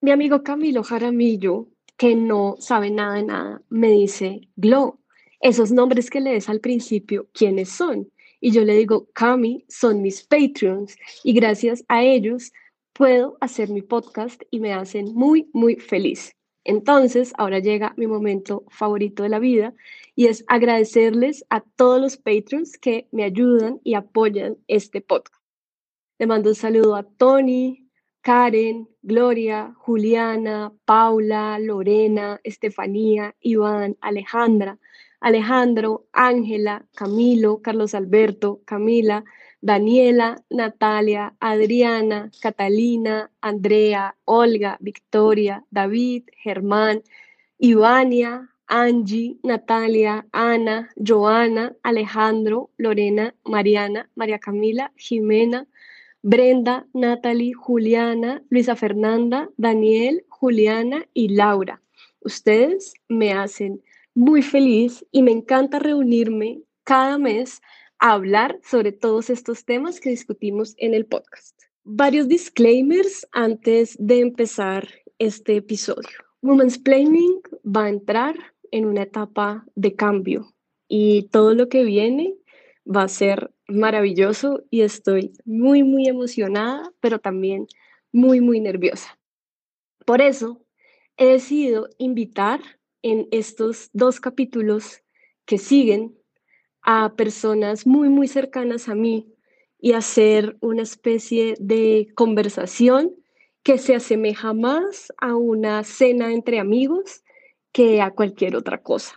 Mi amigo Camilo Jaramillo, que no sabe nada de nada, me dice, Glo, esos nombres que lees al principio, ¿quiénes son? Y yo le digo, Cami, son mis Patreons y gracias a ellos puedo hacer mi podcast y me hacen muy, muy feliz. Entonces, ahora llega mi momento favorito de la vida y es agradecerles a todos los Patreons que me ayudan y apoyan este podcast. Le mando un saludo a Tony, Karen, Gloria, Juliana, Paula, Lorena, Estefanía, Iván, Alejandra, Alejandro, Ángela, Camilo, Carlos Alberto, Camila, Daniela, Natalia, Adriana, Catalina, Andrea, Olga, Victoria, David, Germán, Ivania, Angie, Natalia, Ana, Joana, Alejandro, Lorena, Mariana, María Camila, Jimena, Brenda, Natalie, Juliana, Luisa Fernanda, Daniel, Juliana y Laura. Ustedes me hacen muy feliz y me encanta reunirme cada mes a hablar sobre todos estos temas que discutimos en el podcast. Varios disclaimers antes de empezar este episodio. Women's Planning va a entrar en una etapa de cambio y todo lo que viene va a ser maravilloso y estoy muy, muy emocionada, pero también muy, muy nerviosa. Por eso he decidido invitar en estos dos capítulos que siguen a personas muy, muy cercanas a mí y hacer una especie de conversación que se asemeja más a una cena entre amigos que a cualquier otra cosa.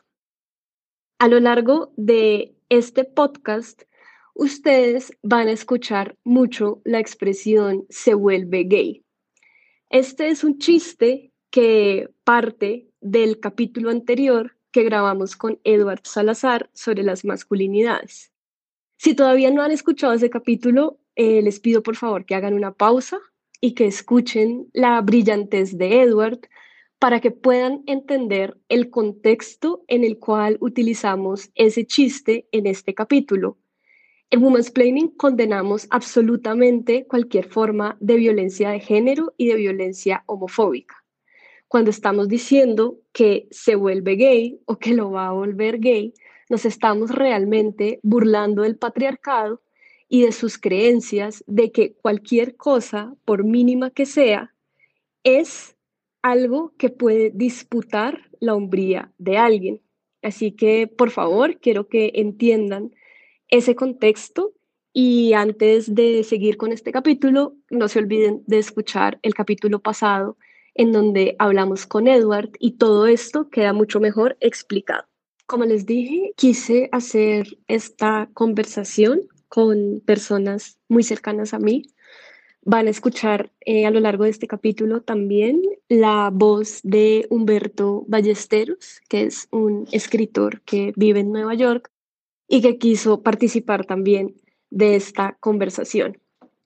A lo largo de este podcast, ustedes van a escuchar mucho la expresión se vuelve gay. Este es un chiste que parte del capítulo anterior que grabamos con Edward Salazar sobre las masculinidades. Si todavía no han escuchado ese capítulo, les pido por favor que hagan una pausa y que escuchen la brillantez de Edward para que puedan entender el contexto en el cual utilizamos ese chiste en este capítulo. En Women's Planning condenamos absolutamente cualquier forma de violencia de género y de violencia homofóbica. Cuando estamos diciendo que se vuelve gay o que lo va a volver gay, nos estamos realmente burlando del patriarcado y de sus creencias de que cualquier cosa, por mínima que sea, es algo que puede disputar la hombría de alguien. Así que, por favor, quiero que entiendan ese contexto y antes de seguir con este capítulo, no se olviden de escuchar el capítulo pasado en donde hablamos con Edward y todo esto queda mucho mejor explicado. Como les dije, quise hacer esta conversación con personas muy cercanas a mí. Van a escuchar a lo largo de este capítulo también la voz de Humberto Ballesteros, que es un escritor que vive en Nueva York y que quiso participar también de esta conversación.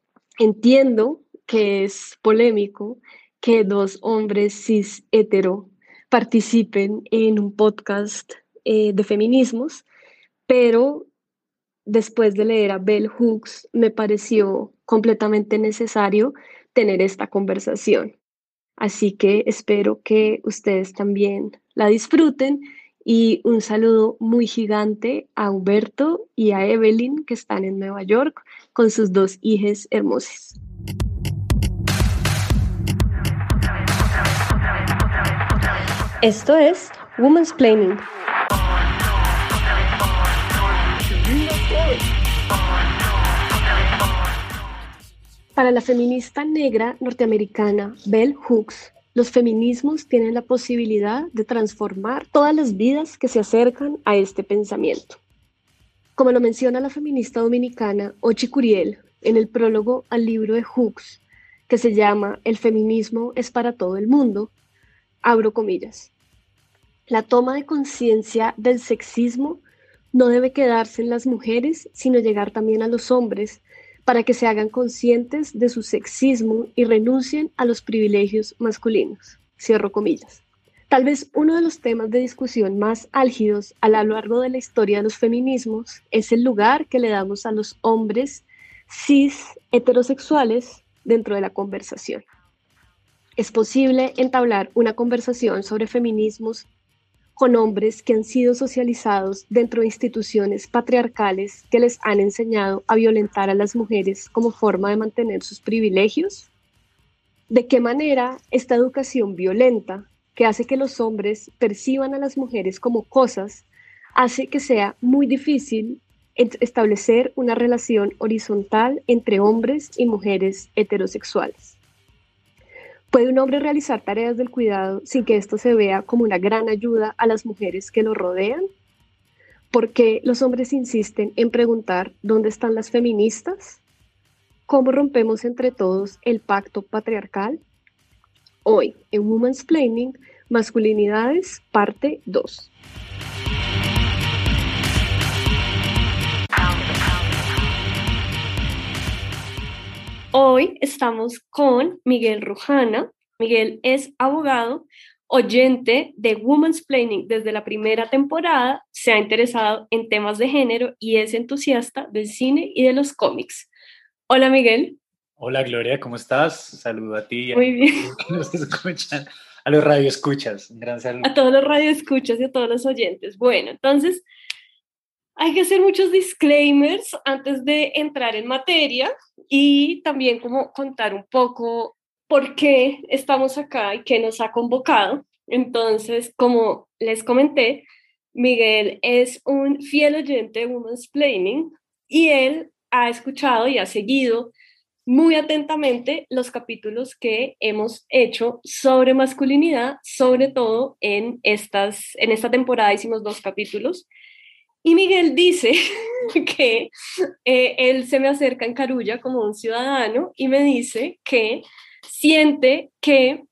Entiendo que es polémico que dos hombres cis hetero participen en un podcast de feminismos, pero después de leer a Bell Hooks me pareció completamente necesario tener esta conversación. Así que espero que ustedes también la disfruten y un saludo muy gigante a Humberto y a Evelyn que están en Nueva York con sus dos hijas hermosas. Esto es Women's Planning. Para la feminista negra norteamericana Bell Hooks, los feminismos tienen la posibilidad de transformar todas las vidas que se acercan a este pensamiento. Como lo menciona la feminista dominicana Ochi Curiel en el prólogo al libro de Hooks, que se llama El feminismo es para todo el mundo, abro comillas. La toma de conciencia del sexismo no debe quedarse en las mujeres, sino llegar también a los hombres, para que se hagan conscientes de su sexismo y renuncien a los privilegios masculinos. Cierro comillas. Tal vez uno de los temas de discusión más álgidos a lo largo de la historia de los feminismos es el lugar que le damos a los hombres cis heterosexuales dentro de la conversación. Es posible entablar una conversación sobre feminismos con hombres que han sido socializados dentro de instituciones patriarcales que les han enseñado a violentar a las mujeres como forma de mantener sus privilegios. ¿De qué manera esta educación violenta, que hace que los hombres perciban a las mujeres como cosas, hace que sea muy difícil establecer una relación horizontal entre hombres y mujeres heterosexuales? ¿Puede un hombre realizar tareas del cuidado sin que esto se vea como una gran ayuda a las mujeres que lo rodean? ¿Por qué los hombres insisten en preguntar dónde están las feministas? ¿Cómo rompemos entre todos el pacto patriarcal? Hoy, en Women's Planning, Masculinidades, parte 2. Hoy estamos con Miguel Rujana. Miguel es abogado, oyente de Women's Planning desde la primera temporada, se ha interesado en temas de género y es entusiasta del cine y de los cómics. Hola, Miguel. Hola, Gloria, ¿cómo estás? Saludo a ti y a Muy bien. que nos escuchan, a los radioescuchas. Un gran saludo. A todos los radioescuchas y a todos los oyentes. Bueno, entonces hay que hacer muchos disclaimers antes de entrar en materia y también como contar un poco por qué estamos acá y qué nos ha convocado. Entonces, como les comenté, Miguel es un fiel oyente de Women's Planning y él ha escuchado y ha seguido muy atentamente los capítulos que hemos hecho sobre masculinidad, sobre todo en esta temporada hicimos 2 capítulos. Y Miguel dice que él se me acerca en Carulla como un ciudadano y me dice que siente que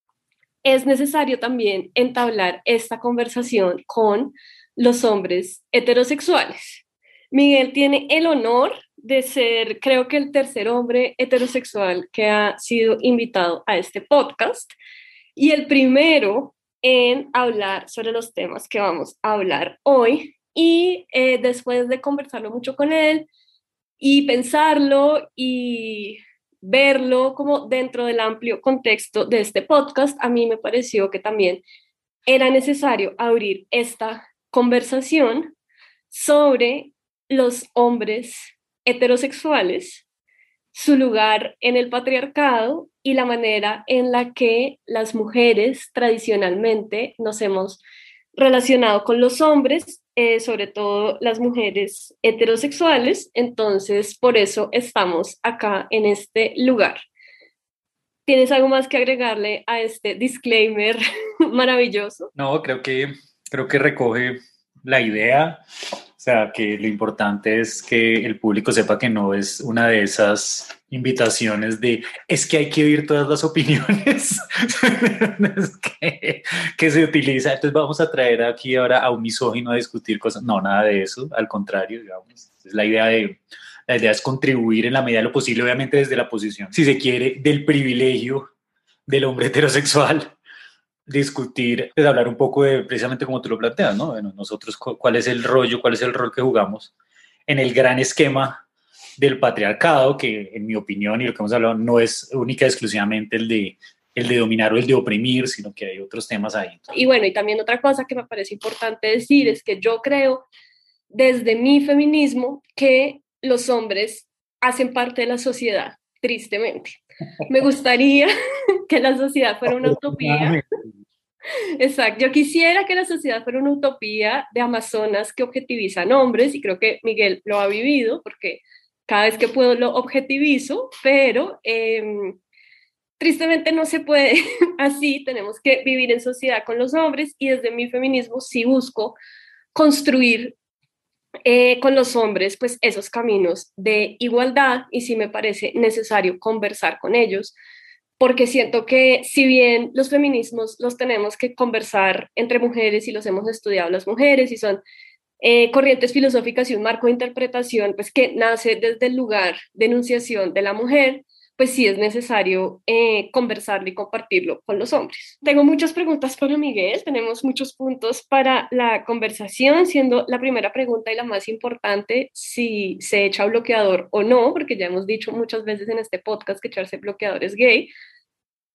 es necesario también entablar esta conversación con los hombres heterosexuales. Miguel tiene el honor de ser, creo que el tercer hombre heterosexual que ha sido invitado a este podcast y el primero en hablar sobre los temas que vamos a hablar hoy. Y después de conversarlo mucho con él y pensarlo y verlo como dentro del amplio contexto de este podcast, a mí me pareció que también era necesario abrir esta conversación sobre los hombres heterosexuales, su lugar en el patriarcado y la manera en la que las mujeres tradicionalmente nos hemos relacionado con los hombres, sobre todo las mujeres heterosexuales. Entonces, por eso estamos acá en este lugar. ¿Tienes algo más que agregarle a este disclaimer maravilloso? No, creo que recoge la idea. O sea, que lo importante es que el público sepa que no es una de esas invitaciones de es que hay que oír todas las opiniones que se utiliza. Entonces vamos a traer aquí ahora a un misógino a discutir cosas. No, nada de eso. Al contrario, digamos. Es la idea es contribuir en la medida de lo posible, obviamente desde la posición, si se quiere, del privilegio del hombre heterosexual, discutir, pues hablar un poco de precisamente como tú lo planteas, ¿no? Bueno, nosotros cuál es el rollo, cuál es el rol que jugamos en el gran esquema del patriarcado, que en mi opinión y lo que hemos hablado no es única y exclusivamente el de dominar o el de oprimir, sino que hay otros temas ahí. Y bueno, y también otra cosa que me parece importante decir es que yo creo desde mi feminismo que los hombres hacen parte de la sociedad, tristemente. Me gustaría que la sociedad fuera una utopía. Exacto, yo quisiera que la sociedad fuera una utopía de amazonas que objetivizan hombres y creo que Miguel lo ha vivido porque cada vez que puedo lo objetivizo, pero tristemente no se puede así, tenemos que vivir en sociedad con los hombres y desde mi feminismo sí busco construir con los hombres pues esos caminos de igualdad y sí me parece necesario conversar con ellos porque siento que si bien los feminismos los tenemos que conversar entre mujeres y los hemos estudiado las mujeres y son corrientes filosóficas y un marco de interpretación pues que nace desde el lugar de enunciación de la mujer, pues sí es necesario conversarlo y compartirlo con los hombres. Tengo muchas preguntas para Miguel, tenemos muchos puntos para la conversación, siendo la primera pregunta y la más importante si se echa bloqueador o no, porque ya hemos dicho muchas veces en este podcast que echarse bloqueador es gay.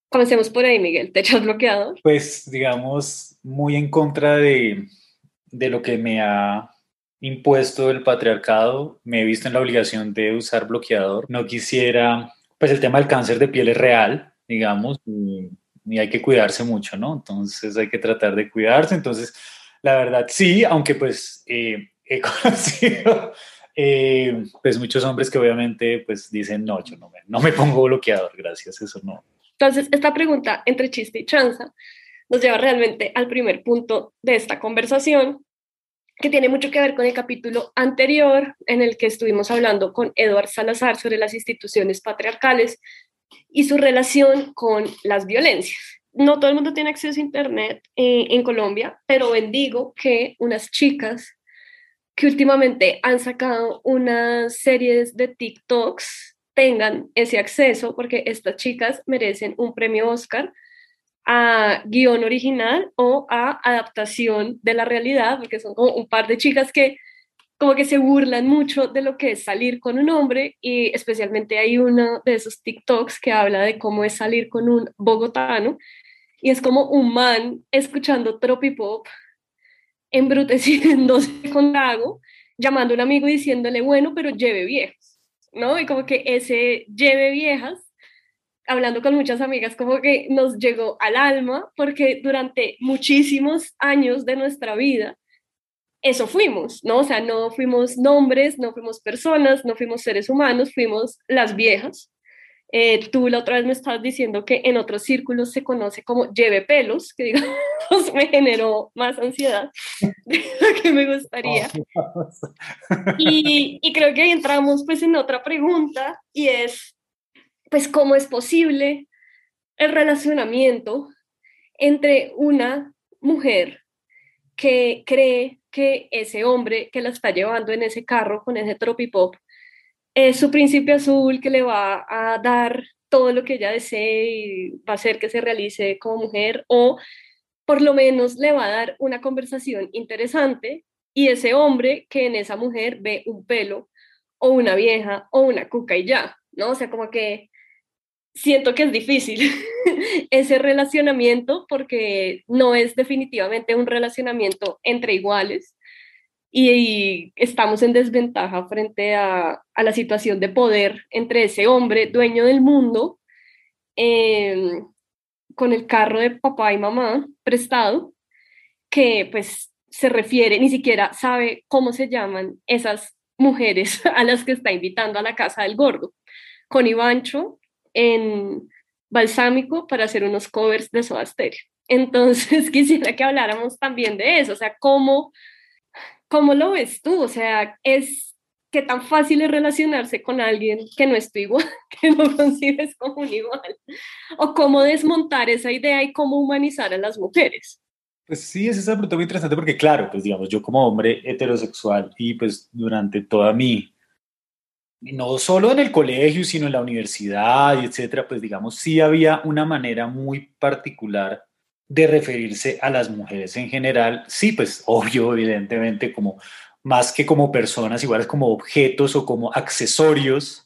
Comencemos por ahí, Miguel. ¿Te echas bloqueador? Pues, digamos, muy en contra de lo que me ha impuesto el patriarcado, me he visto en la obligación de usar bloqueador. No quisiera, pues el tema del cáncer de piel es real, digamos, y hay que cuidarse mucho, ¿no? Entonces hay que tratar de cuidarse. Entonces, la verdad, sí, aunque pues he conocido pues muchos hombres que obviamente pues dicen, no, yo no me pongo bloqueador, gracias, eso no. Entonces, esta pregunta entre chiste y chanza nos lleva realmente al primer punto de esta conversación, que tiene mucho que ver con el capítulo anterior en el que estuvimos hablando con Eduard Salazar sobre las instituciones patriarcales y su relación con las violencias. No todo el mundo tiene acceso a Internet en Colombia, pero bendigo que unas chicas que últimamente han sacado unas series de TikToks tengan ese acceso, porque estas chicas merecen un premio Oscar a guión original o a adaptación de la realidad, porque son como un par de chicas que como que se burlan mucho de lo que es salir con un hombre y especialmente hay uno de esos TikToks que habla de cómo es salir con un bogotano y es como un man escuchando tropipop, embruteciéndose con trago, llamando a un amigo y diciéndole, bueno, pero lleve viejas, ¿no? Y como que ese lleve viejas hablando con muchas amigas, como que nos llegó al alma, porque durante muchísimos años de nuestra vida, eso fuimos, ¿no? O sea, no fuimos nombres, no fuimos personas, no fuimos seres humanos, fuimos las viejas. Tú la otra vez me estabas diciendo que en otros círculos se conoce como lleve pelos, que digamos me generó más ansiedad de lo que me gustaría. Y creo que ahí entramos pues en otra pregunta y es, pues, ¿cómo es posible el relacionamiento entre una mujer que cree que ese hombre que la está llevando en ese carro con ese tropipop es su príncipe azul que le va a dar todo lo que ella desee y va a hacer que se realice como mujer, o por lo menos le va a dar una conversación interesante, y ese hombre que en esa mujer ve un pelo o una vieja o una cuca y ya, ¿no? O sea, como que siento que es difícil ese relacionamiento porque no es definitivamente un relacionamiento entre iguales y estamos en desventaja frente a la situación de poder entre ese hombre dueño del mundo eh, con el carro de papá y mamá prestado, que pues se refiere, ni siquiera sabe cómo se llaman esas mujeres a las que está invitando a la casa del gordo, con Ivancho en Balsámico para hacer unos covers de Soda Stereo. Entonces quisiera que habláramos también de eso, o sea, ¿cómo lo ves tú? O sea, qué tan fácil es relacionarse con alguien que no es tu igual, que no concibes como un igual, o cómo desmontar esa idea y cómo humanizar a las mujeres. Pues sí, es esa pregunta muy interesante porque claro, pues digamos, yo como hombre heterosexual y pues durante toda mi, no solo en el colegio, sino en la universidad y etcétera, pues digamos, sí había una manera muy particular de referirse a las mujeres en general. Sí, pues obvio, evidentemente, como más que como personas, iguales como objetos o como accesorios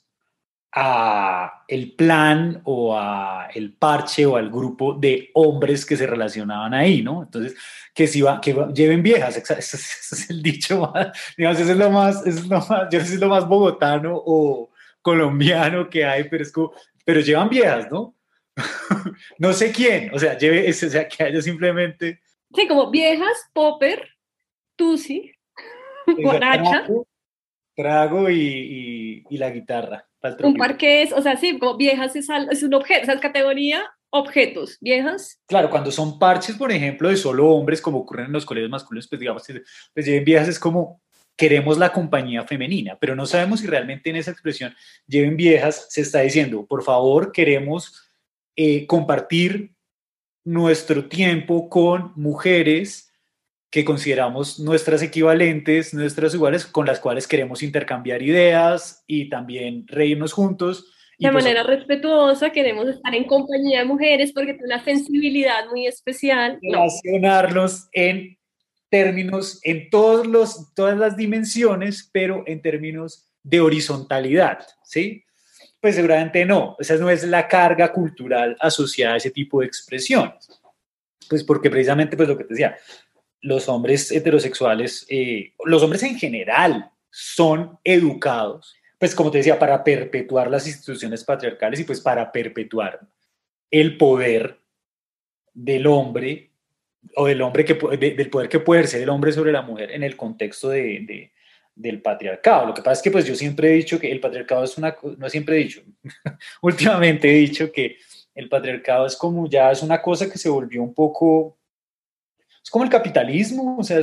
a el plan o a el parche o al grupo de hombres que se relacionaban ahí, ¿no? Entonces, lleven viejas, ese es el dicho más, digamos, eso es lo más, yo no sé si es lo más bogotano o colombiano que hay, pero pero llevan viejas, ¿no? No sé quién, o sea, o sea, que haya simplemente Sí, como viejas, popper, tusi, esa guaracha, trago y la guitarra para el un tropipó. parqués, o sea, sí, como viejas es un objeto, o sea, es categoría objetos, viejas. Claro, cuando son parches, por ejemplo, de solo hombres, como ocurren en los colegios masculinos, pues digamos, pues lleven viejas es como queremos la compañía femenina, pero no sabemos si realmente en esa expresión lleven viejas se está diciendo, por favor, queremos compartir nuestro tiempo con mujeres que consideramos nuestras equivalentes, nuestras iguales, con las cuales queremos intercambiar ideas y también reírnos juntos. Y De pues manera respetuosa, queremos estar en compañía de mujeres porque tiene una sensibilidad muy especial. No, relacionarlos en términos, en todas las dimensiones, pero en términos de horizontalidad, ¿sí? Pues seguramente no, esa no es la carga cultural asociada a ese tipo de expresiones. Pues porque precisamente, pues lo que te decía, los hombres heterosexuales, los hombres en general son educados, pues como te decía, para perpetuar las instituciones patriarcales y pues para perpetuar el poder del hombre o del hombre del poder que puede ejercer el hombre sobre la mujer en el contexto del patriarcado. Lo que pasa es que pues yo siempre he dicho que el patriarcado es una, no siempre he dicho, últimamente he dicho que el patriarcado es como ya es una cosa que se volvió un poco, es como el capitalismo, o sea,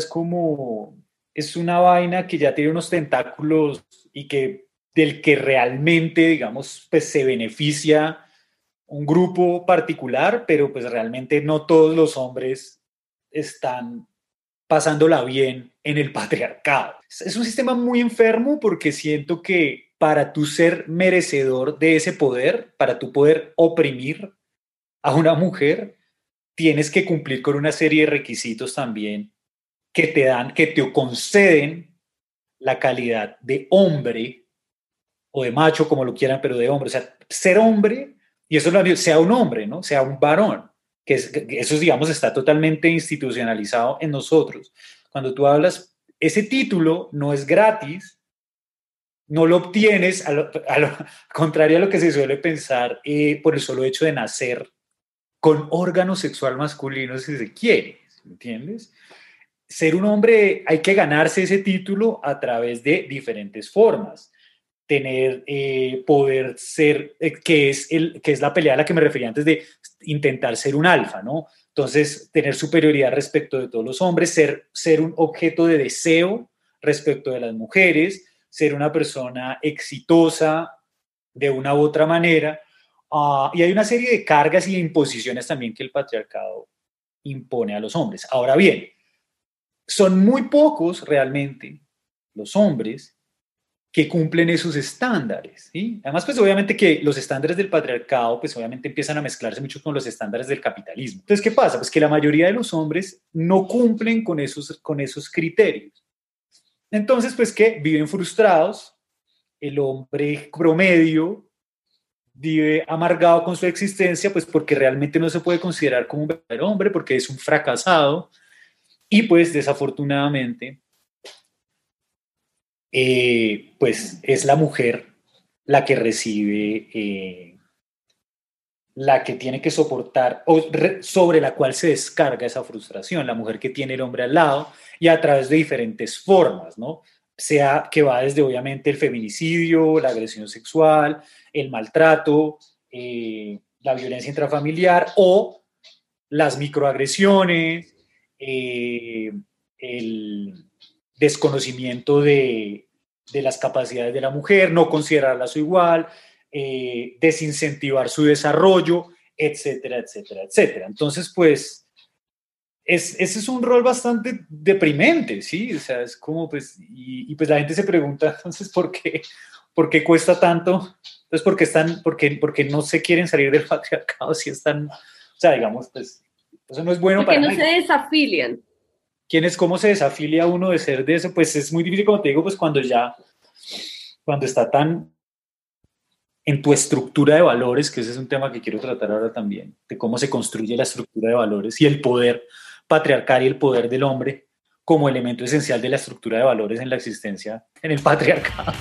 es una vaina que ya tiene unos tentáculos y que del que realmente, digamos, pues se beneficia un grupo particular, pero pues realmente no todos los hombres están pasándola bien en el patriarcado. Es un sistema muy enfermo porque siento que para tú ser merecedor de ese poder, para tú poder oprimir a una mujer, tienes que cumplir con una serie de requisitos también que te dan, que te conceden la calidad de hombre o de macho, como lo quieran, pero de hombre. O sea, ser hombre, y eso lo sea un hombre, ¿no? Sea un varón, que eso, digamos, está totalmente institucionalizado en nosotros. Cuando tú hablas, ese título no es gratis, no lo obtienes, contrario a lo que se suele pensar, por el solo hecho de nacer con órgano sexual masculino, si se quiere, ¿entiendes? Ser un hombre, hay que ganarse ese título a través de diferentes formas. Tener, poder ser, que es la pelea a la que me refería antes de intentar ser un alfa, ¿no? Entonces, tener superioridad respecto de todos los hombres, ser un objeto de deseo respecto de las mujeres, ser una persona exitosa de una u otra manera. Y hay una serie de cargas y de imposiciones también que el patriarcado impone a los hombres. Ahora bien, son muy pocos realmente los hombres que cumplen esos estándares, ¿sí? Además, pues obviamente que los estándares del patriarcado, pues obviamente empiezan a mezclarse mucho con los estándares del capitalismo. Entonces, ¿qué pasa? Pues que la mayoría de los hombres no cumplen con esos criterios. Entonces, pues que viven frustrados, el hombre promedio vive amargado con su existencia, pues porque realmente no se puede considerar como un verdadero hombre, porque es un fracasado, y pues desafortunadamente pues es la mujer la que recibe, la que tiene que soportar, o sobre la cual se descarga esa frustración, la mujer que tiene el hombre al lado y a través de diferentes formas, ¿no? Sea que va desde obviamente el feminicidio, la agresión sexual, el maltrato, la violencia intrafamiliar o las microagresiones, el desconocimiento de las capacidades de la mujer, no considerarla su igual, desincentivar su desarrollo, etcétera, etcétera, etcétera. Entonces, pues, ese es un rol bastante deprimente, ¿sí? O sea, es como, pues, y pues la gente se pregunta, entonces, por qué cuesta tanto? Entonces, ¿por qué no se quieren salir del patriarcado si están, o sea, digamos, pues, eso no es bueno Porque para no nadie. se desafilian. ¿Cómo se desafilia uno de ser de eso? Pues es muy difícil, como te digo, pues cuando está tan en tu estructura de valores, que ese es un tema que quiero tratar ahora también, de cómo se construye la estructura de valores y el poder patriarcal y el poder del hombre como elemento esencial de la estructura de valores en la existencia en el patriarcado.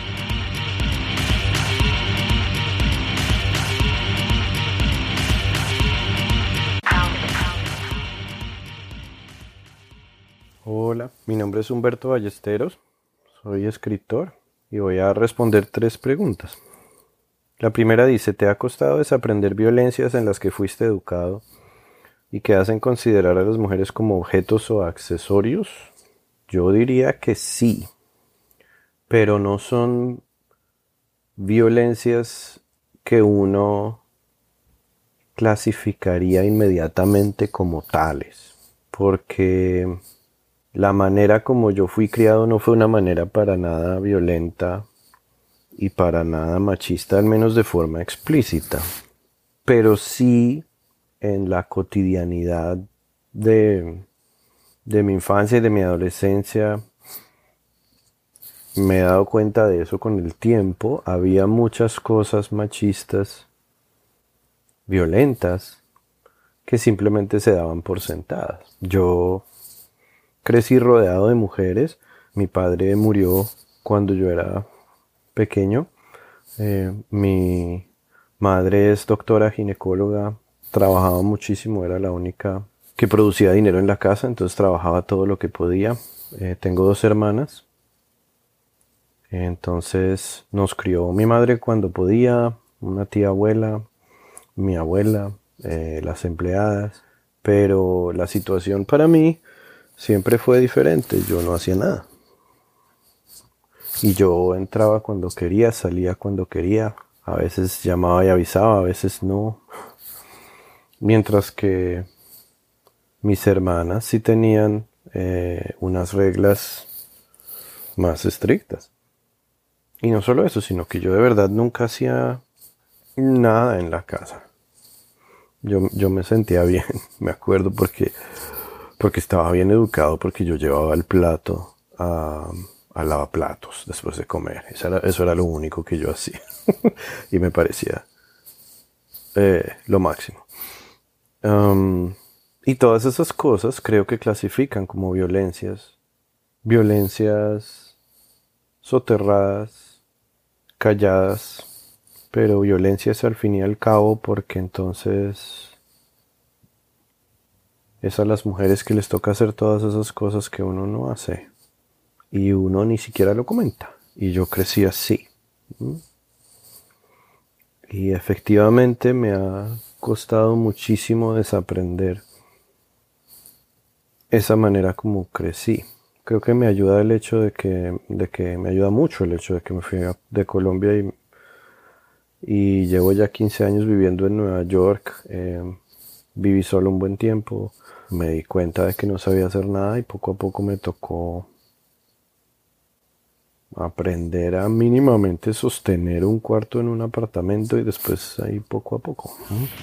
Hola, mi nombre es Humberto Ballesteros, soy escritor y voy a responder 3 preguntas. La primera dice, ¿te ha costado desaprender violencias en las que fuiste educado y que hacen considerar a las mujeres como objetos o accesorios? Yo diría que sí, pero no son violencias que uno clasificaría inmediatamente como tales, porque la manera como yo fui criado no fue una manera para nada violenta y para nada machista, al menos de forma explícita. Pero sí en la cotidianidad de mi infancia y de mi adolescencia me he dado cuenta de eso con el tiempo. Había muchas cosas machistas, violentas, que simplemente se daban por sentadas. Yo crecí rodeado de mujeres. Mi padre murió cuando yo era pequeño. Mi madre es doctora ginecóloga, trabajaba muchísimo, era la única que producía dinero en la casa, entonces trabajaba todo lo que podía. Tengo 2 hermanas, entonces nos crió mi madre cuando podía, una tía abuela, mi abuela, las empleadas, pero la situación para mí siempre fue diferente, yo no hacía nada. Y yo entraba cuando quería, salía cuando quería, a veces llamaba y avisaba, a veces no. Mientras que mis hermanas sí tenían unas reglas más estrictas. Y no solo eso, sino que yo de verdad nunca hacía nada en la casa. Yo me sentía bien, me acuerdo, porque estaba bien educado, porque yo llevaba el plato a lavaplatos después de comer. Eso era lo único que yo hacía. Y me parecía lo máximo. Y todas esas cosas creo que clasifican como violencias. Violencias soterradas, calladas, pero violencias al fin y al cabo, porque entonces es a las mujeres que les toca hacer todas esas cosas que uno no hace. Y uno ni siquiera lo comenta. Y yo crecí así. Y efectivamente me ha costado muchísimo desaprender esa manera como crecí. Creo que me ayuda el hecho de que me ayuda mucho el hecho de que me fui de Colombia y llevo ya 15 años viviendo en Nueva York. Viví solo un buen tiempo. Me di cuenta de que no sabía hacer nada y poco a poco me tocó aprender a mínimamente sostener un cuarto en un apartamento y después ahí poco a poco.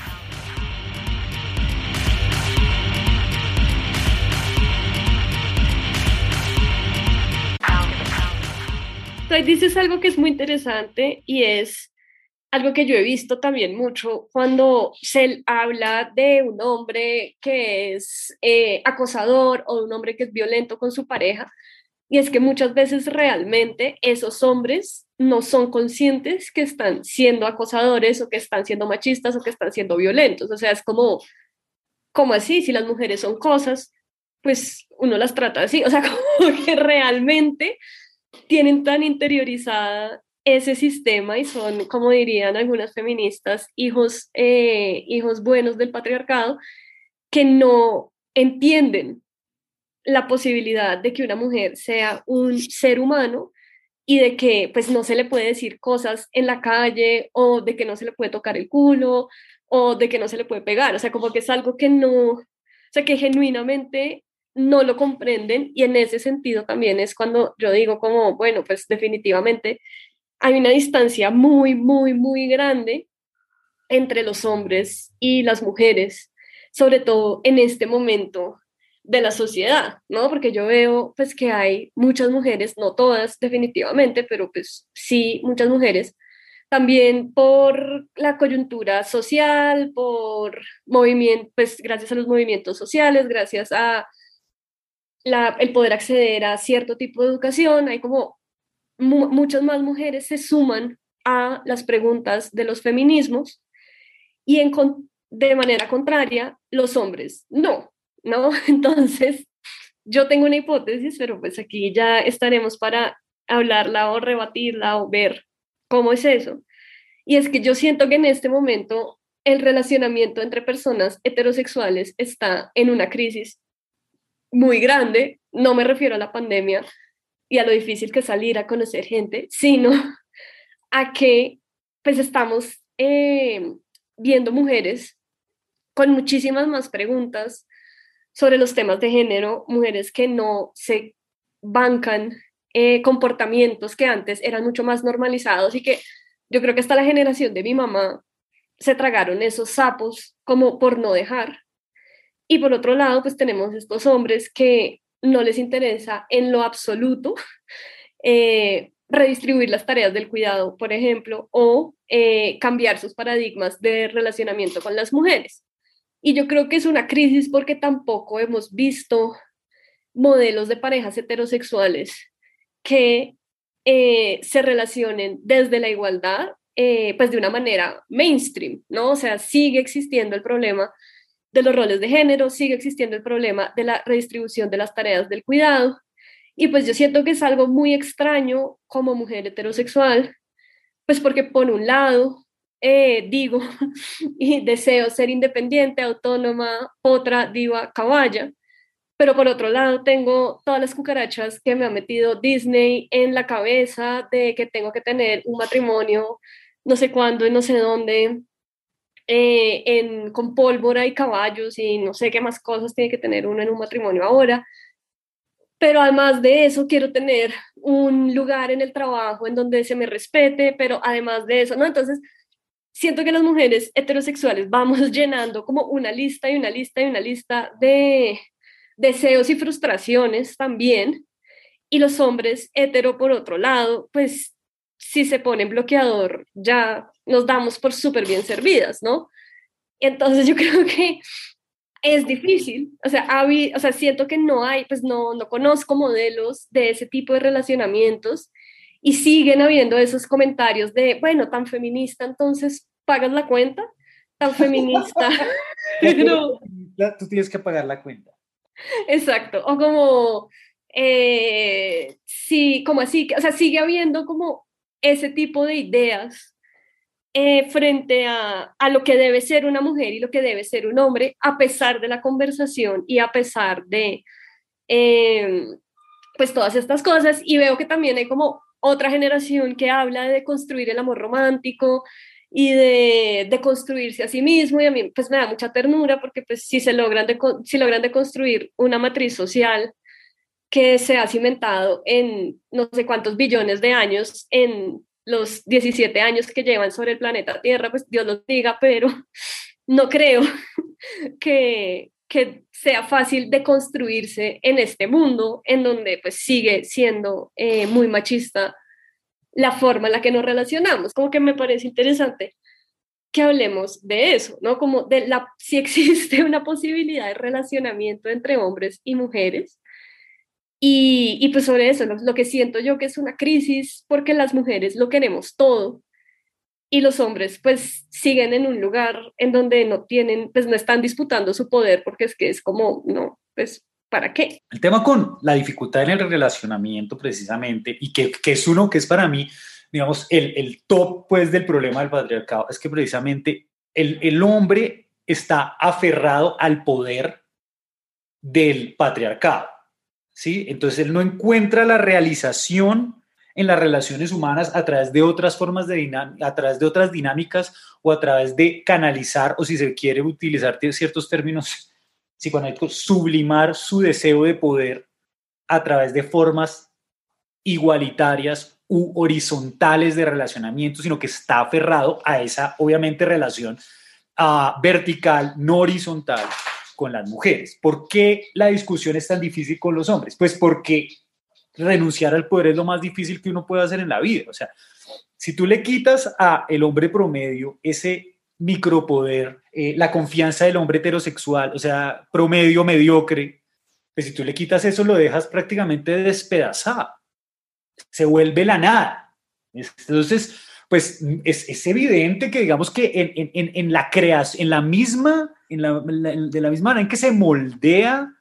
Ahí dices algo que es muy interesante y es algo que yo he visto también mucho cuando se habla de un hombre que es acosador o de un hombre que es violento con su pareja, y es que muchas veces realmente esos hombres no son conscientes que están siendo acosadores o que están siendo machistas o que están siendo violentos. O sea, es como así, si las mujeres son cosas, pues uno las trata así. O sea, como que realmente tienen tan interiorizada ese sistema y son, como dirían algunas feministas, hijos buenos del patriarcado, que no entienden la posibilidad de que una mujer sea un ser humano y de que pues no se le puede decir cosas en la calle o de que no se le puede tocar el culo o de que no se le puede pegar, o sea, como que es algo que no, o sea, que genuinamente no lo comprenden, y en ese sentido también es cuando yo digo como, bueno, pues definitivamente hay una distancia muy, muy, muy grande entre los hombres y las mujeres, sobre todo en este momento de la sociedad, ¿no? Porque yo veo pues que hay muchas mujeres, no todas definitivamente, pero pues sí muchas mujeres, también por la coyuntura social, por movimiento, pues gracias a los movimientos sociales, gracias a el poder acceder a cierto tipo de educación, hay como muchas más mujeres se suman a las preguntas de los feminismos y de manera contraria, los hombres no, ¿no? Entonces, yo tengo una hipótesis, pero pues aquí ya estaremos para hablarla o rebatirla o ver cómo es eso. Y es que yo siento que en este momento el relacionamiento entre personas heterosexuales está en una crisis muy grande. No me refiero a la pandemia y a lo difícil que es salir a conocer gente, sino a que pues estamos viendo mujeres con muchísimas más preguntas sobre los temas de género, mujeres que no se bancan comportamientos que antes eran mucho más normalizados y que yo creo que hasta la generación de mi mamá se tragaron esos sapos como por no dejar. Y por otro lado, pues tenemos estos hombres que no les interesa en lo absoluto redistribuir las tareas del cuidado, por ejemplo, o cambiar sus paradigmas de relacionamiento con las mujeres. Y yo creo que es una crisis porque tampoco hemos visto modelos de parejas heterosexuales que se relacionen desde la igualdad, pues de una manera mainstream, ¿no? O sea, sigue existiendo el problema de los roles de género, sigue existiendo el problema de la redistribución de las tareas del cuidado, y pues yo siento que es algo muy extraño como mujer heterosexual, pues porque por un lado digo y deseo ser independiente, autónoma, potra, diva, caballa, pero por otro lado tengo todas las cucarachas que me ha metido Disney en la cabeza de que tengo que tener un matrimonio no sé cuándo y no sé dónde, con pólvora y caballos y no sé qué más cosas tiene que tener uno en un matrimonio ahora. Pero además de eso, quiero tener un lugar en el trabajo en donde se me respete, pero además de eso, ¿no? Entonces, siento que las mujeres heterosexuales vamos llenando como una lista y una lista y una lista de deseos y frustraciones también, y los hombres hetero por otro lado, pues si se ponen bloqueador ya nos damos por súper bien servidas, ¿no? Entonces yo creo que es difícil, o sea, siento que no hay, pues no conozco modelos de ese tipo de relacionamientos y siguen habiendo esos comentarios de, bueno, tan feminista, entonces pagas la cuenta, tan feminista, pero tú tienes que pagar la cuenta. Exacto, o como, sí, como así, o sea, sigue habiendo como ese tipo de ideas frente a lo que debe ser una mujer y lo que debe ser un hombre, a pesar de la conversación y a pesar de, eh, pues, todas estas cosas. Y veo que también hay como otra generación que habla de construir el amor romántico y de construirse a sí mismo, y a mí pues me da mucha ternura porque pues si logran de construir una matriz social que se ha cimentado en no sé cuántos billones de años, en los 17 años que llevan sobre el planeta Tierra, pues Dios los diga, pero no creo que sea fácil de construirse en este mundo en donde pues sigue siendo muy machista la forma en la que nos relacionamos. Como que me parece interesante que hablemos de eso, ¿no? Como de si existe una posibilidad de relacionamiento entre hombres y mujeres. Y pues sobre eso, lo que siento yo que es una crisis porque las mujeres lo queremos todo y los hombres pues siguen en un lugar en donde no tienen, pues no están disputando su poder porque es que es como, no, pues ¿para qué? El tema con la dificultad en el relacionamiento precisamente, y que es uno que es para mí, digamos, el top pues del problema del patriarcado, es que precisamente el hombre está aferrado al poder del patriarcado, ¿sí? Entonces él no encuentra la realización en las relaciones humanas a través de otras formas a través de otras dinámicas o a través de canalizar, o si se quiere utilizar ciertos términos psicoanalíticos, sublimar su deseo de poder a través de formas igualitarias u horizontales de relacionamiento, sino que está aferrado a esa, obviamente, relación vertical, no horizontal, con las mujeres. ¿Por qué la discusión es tan difícil con los hombres? Pues porque renunciar al poder es lo más difícil que uno puede hacer en la vida. O sea, si tú le quitas al hombre promedio ese micropoder, la confianza del hombre heterosexual, o sea, promedio, mediocre, pues si tú le quitas eso, lo dejas prácticamente despedazado. Se vuelve la nada. Entonces, pues es evidente que digamos que en la creación, en la misma, de la misma manera en que se moldea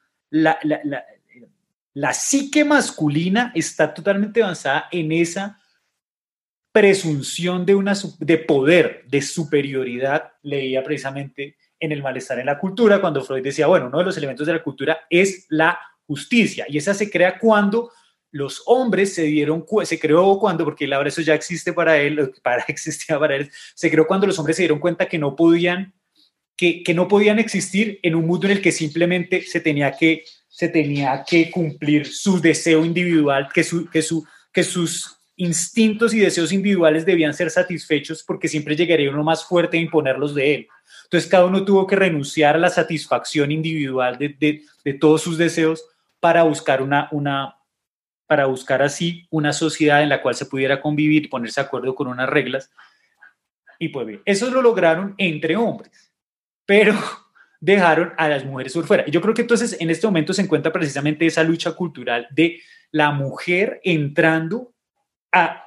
la psique masculina, está totalmente avanzada en esa presunción de poder, de superioridad. Leía precisamente en El malestar en la cultura, cuando Freud decía, bueno, uno de los elementos de la cultura es la justicia, y esa se crea cuando los hombres se creó cuando, porque ahora eso ya existe para él, existía para él, se creó cuando los hombres se dieron cuenta que no podían existir en un mundo en el que simplemente se tenía que cumplir su deseo individual, que sus instintos y deseos individuales debían ser satisfechos, porque siempre llegaría uno más fuerte a imponerlos de él. Entonces cada uno tuvo que renunciar a la satisfacción individual de todos sus deseos para buscar una para buscar así una sociedad en la cual se pudiera convivir, ponerse de acuerdo con unas reglas. Y pues bien, eso lo lograron entre hombres, pero dejaron a las mujeres por fuera. Y yo creo que entonces en este momento se encuentra precisamente esa lucha cultural de la mujer entrando a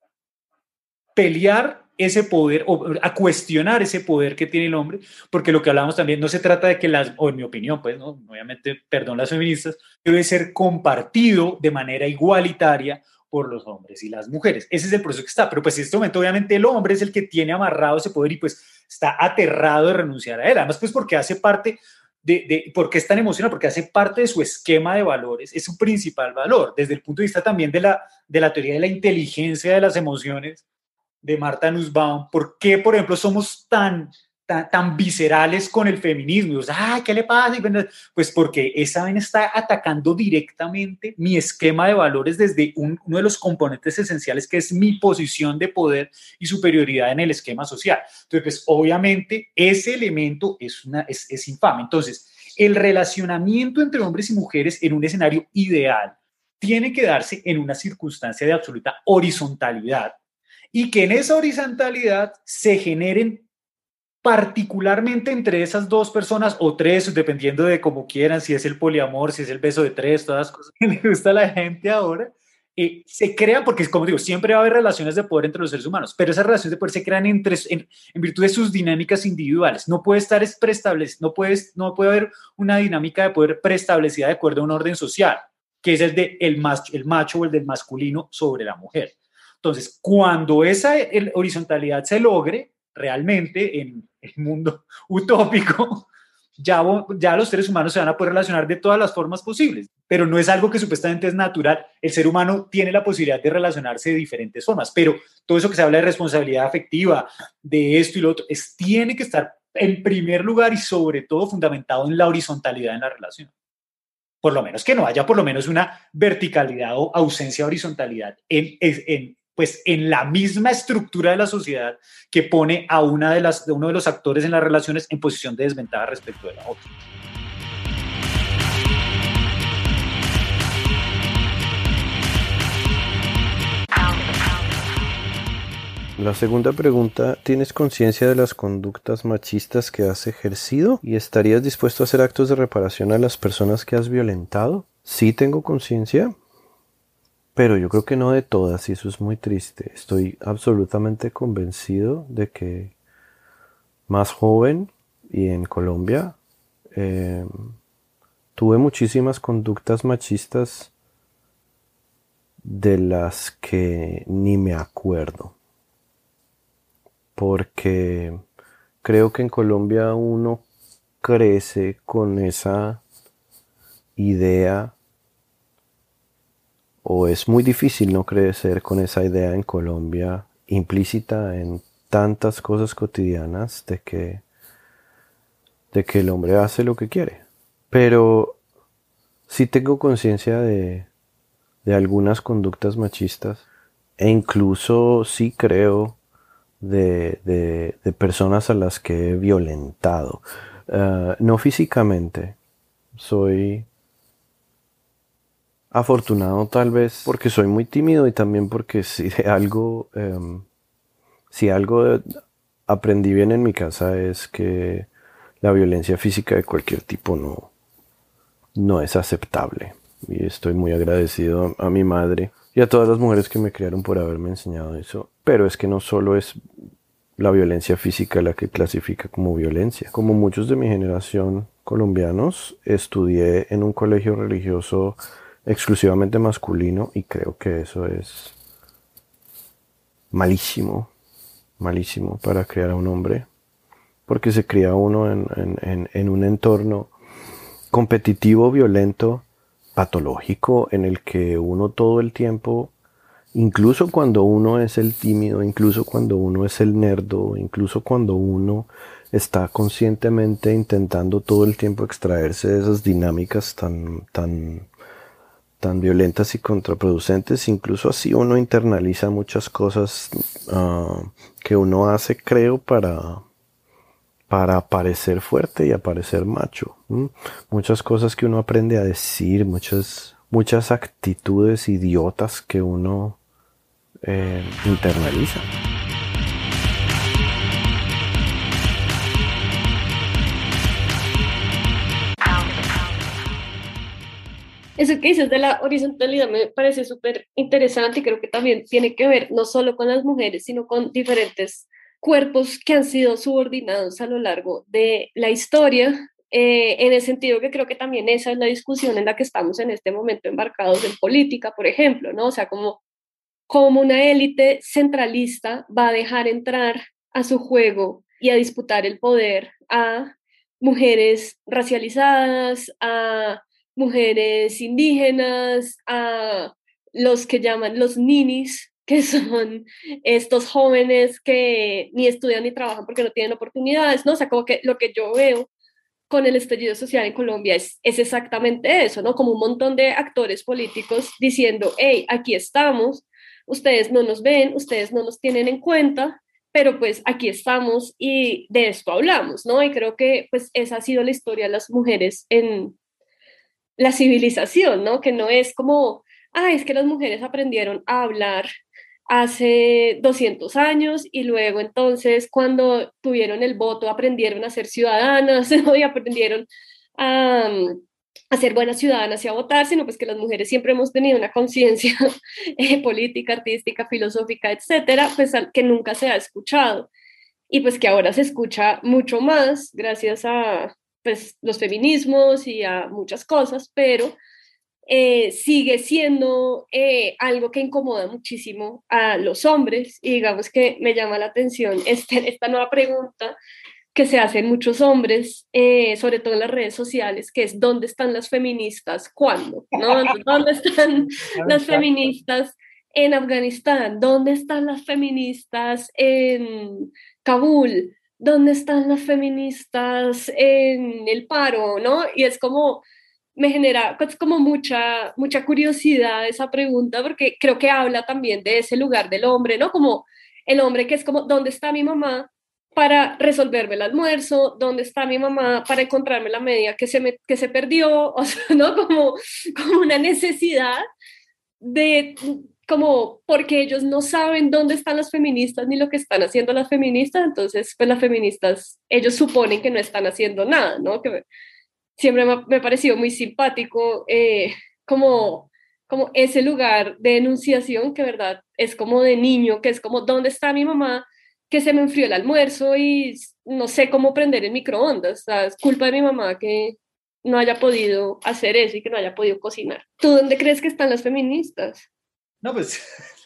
pelear ese poder o a cuestionar ese poder que tiene el hombre, porque lo que hablamos también no se trata de que o en mi opinión, pues, ¿no? Obviamente, perdón las feministas, debe ser compartido de manera igualitaria por los hombres y las mujeres. Ese es el proceso que está, pero pues en este momento obviamente el hombre es el que tiene amarrado ese poder y pues está aterrado de renunciar a él, además pues porque hace parte ¿por qué es tan emocional? Porque hace parte de su esquema de valores, es su principal valor, desde el punto de vista también de la teoría de la inteligencia de las emociones, de Martha Nussbaum. ¿Por qué, por ejemplo, somos tan viscerales con el feminismo? Ay, ¿qué le pasa? Pues porque esa vaina está atacando directamente mi esquema de valores desde uno de los componentes esenciales, que es mi posición de poder y superioridad en el esquema social. Entonces, pues obviamente ese elemento es infame. Entonces, el relacionamiento entre hombres y mujeres en un escenario ideal tiene que darse en una circunstancia de absoluta horizontalidad, y que en esa horizontalidad se generen particularmente entre esas dos personas o tres, dependiendo de cómo quieran, si es el poliamor, si es el beso de tres, todas las cosas que le gusta a la gente ahora, se crean, porque como digo, siempre va a haber relaciones de poder entre los seres humanos, pero esas relaciones de poder se crean en virtud de sus dinámicas individuales. No puede estar preestablecido, no puede haber una dinámica de poder preestablecida de acuerdo a un orden social, que es el de el macho o el del masculino sobre la mujer. Entonces, cuando esa horizontalidad se logre realmente en el mundo utópico, ya los seres humanos se van a poder relacionar de todas las formas posibles, pero no es algo que supuestamente es natural. El ser humano tiene la posibilidad de relacionarse de diferentes formas, pero todo eso que se habla de responsabilidad afectiva, de esto y lo otro, tiene que estar en primer lugar y sobre todo fundamentado en la horizontalidad en la relación. Por lo menos que no haya por lo menos una verticalidad o ausencia de horizontalidad pues en la misma estructura de la sociedad, que pone a uno de los actores en las relaciones en posición de desventaja respecto de la otra. La segunda pregunta: ¿tienes conciencia de las conductas machistas que has ejercido y estarías dispuesto a hacer actos de reparación a las personas que has violentado? Sí, tengo conciencia, pero yo creo que no de todas, y eso es muy triste. Estoy absolutamente convencido de que más joven y en Colombia tuve muchísimas conductas machistas de las que ni me acuerdo, porque creo que en Colombia uno crece con esa idea, o es muy difícil no crecer con esa idea en Colombia, implícita en tantas cosas cotidianas, de que el hombre hace lo que quiere. Pero sí tengo conciencia de algunas conductas machistas, e incluso sí creo de personas a las que he violentado. No físicamente. Soy afortunado tal vez porque soy muy tímido, y también porque si algo aprendí bien en mi casa es que la violencia física de cualquier tipo no es aceptable. Y estoy muy agradecido a mi madre y a todas las mujeres que me criaron por haberme enseñado eso. Pero es que no solo es la violencia física la que clasifica como violencia. Como muchos de mi generación colombianos, estudié en un colegio religioso exclusivamente masculino, y creo que eso es malísimo para criar a un hombre, porque se cría uno en un entorno competitivo, violento, patológico, en el que uno todo el tiempo, incluso cuando uno es el tímido, incluso cuando uno es el nerdo, incluso cuando uno está conscientemente intentando todo el tiempo extraerse de esas dinámicas tan violentas y contraproducentes, incluso así uno internaliza muchas cosas que uno hace, creo, para parecer fuerte y aparecer macho. Muchas cosas que uno aprende a decir, muchas muchas actitudes idiotas que uno internaliza. Eso que dices de la horizontalidad me parece súper interesante y creo que también tiene que ver no solo con las mujeres, sino con diferentes cuerpos que han sido subordinados a lo largo de la historia, en el sentido que creo que también esa es la discusión en la que estamos en este momento embarcados en política, por ejemplo, ¿no? O sea, como una élite centralista va a dejar entrar a su juego y a disputar el poder a mujeres racializadas, a mujeres indígenas, a los que llaman los ninis, que son estos jóvenes que ni estudian ni trabajan porque no tienen oportunidades, ¿no? O sea, como que lo que yo veo con el estallido social en Colombia es exactamente eso, ¿no? Como un montón de actores políticos diciendo, hey, aquí estamos, ustedes no nos ven, ustedes no nos tienen en cuenta, pero pues aquí estamos y de esto hablamos, ¿no? Y creo que pues esa ha sido la historia de las mujeres en la civilización, ¿no? Que no es como, es que las mujeres aprendieron a hablar hace 200 años y luego entonces cuando tuvieron el voto aprendieron a ser ciudadanas, ¿no? Y aprendieron a, a ser buenas ciudadanas y a votar, sino pues que las mujeres siempre hemos tenido una conciencia política, artística, filosófica, etcétera, pues que nunca se ha escuchado y pues que ahora se escucha mucho más gracias a pues los feminismos y a muchas cosas, pero sigue siendo algo que incomoda muchísimo a los hombres y digamos que me llama la atención esta nueva pregunta que se hacen muchos hombres, sobre todo en las redes sociales, que es ¿dónde están las feministas? ¿Cuándo? ¿No? Entonces, ¿dónde están las feministas en Afganistán? ¿Dónde están las feministas en Kabul? ¿Dónde están las feministas en el paro? ¿No? Y es como me genera pues, como mucha curiosidad esa pregunta, porque creo que habla también de ese lugar del hombre, ¿no? Como el hombre que es como, ¿dónde está mi mamá para resolverme el almuerzo? ¿Dónde está mi mamá para encontrarme la media que se perdió? O sea, ¿no? Como una necesidad de como porque ellos no saben dónde están las feministas ni lo que están haciendo las feministas, entonces pues las feministas, ellos suponen que no están haciendo nada, ¿no? Que siempre me ha parecido muy simpático como, como ese lugar de enunciación que, verdad, es como de niño, que es como, ¿dónde está mi mamá? Que se me enfrió el almuerzo y no sé cómo prender el microondas. O sea, es culpa de mi mamá que no haya podido hacer eso y que no haya podido cocinar. ¿Tú dónde crees que están las feministas? No, pues...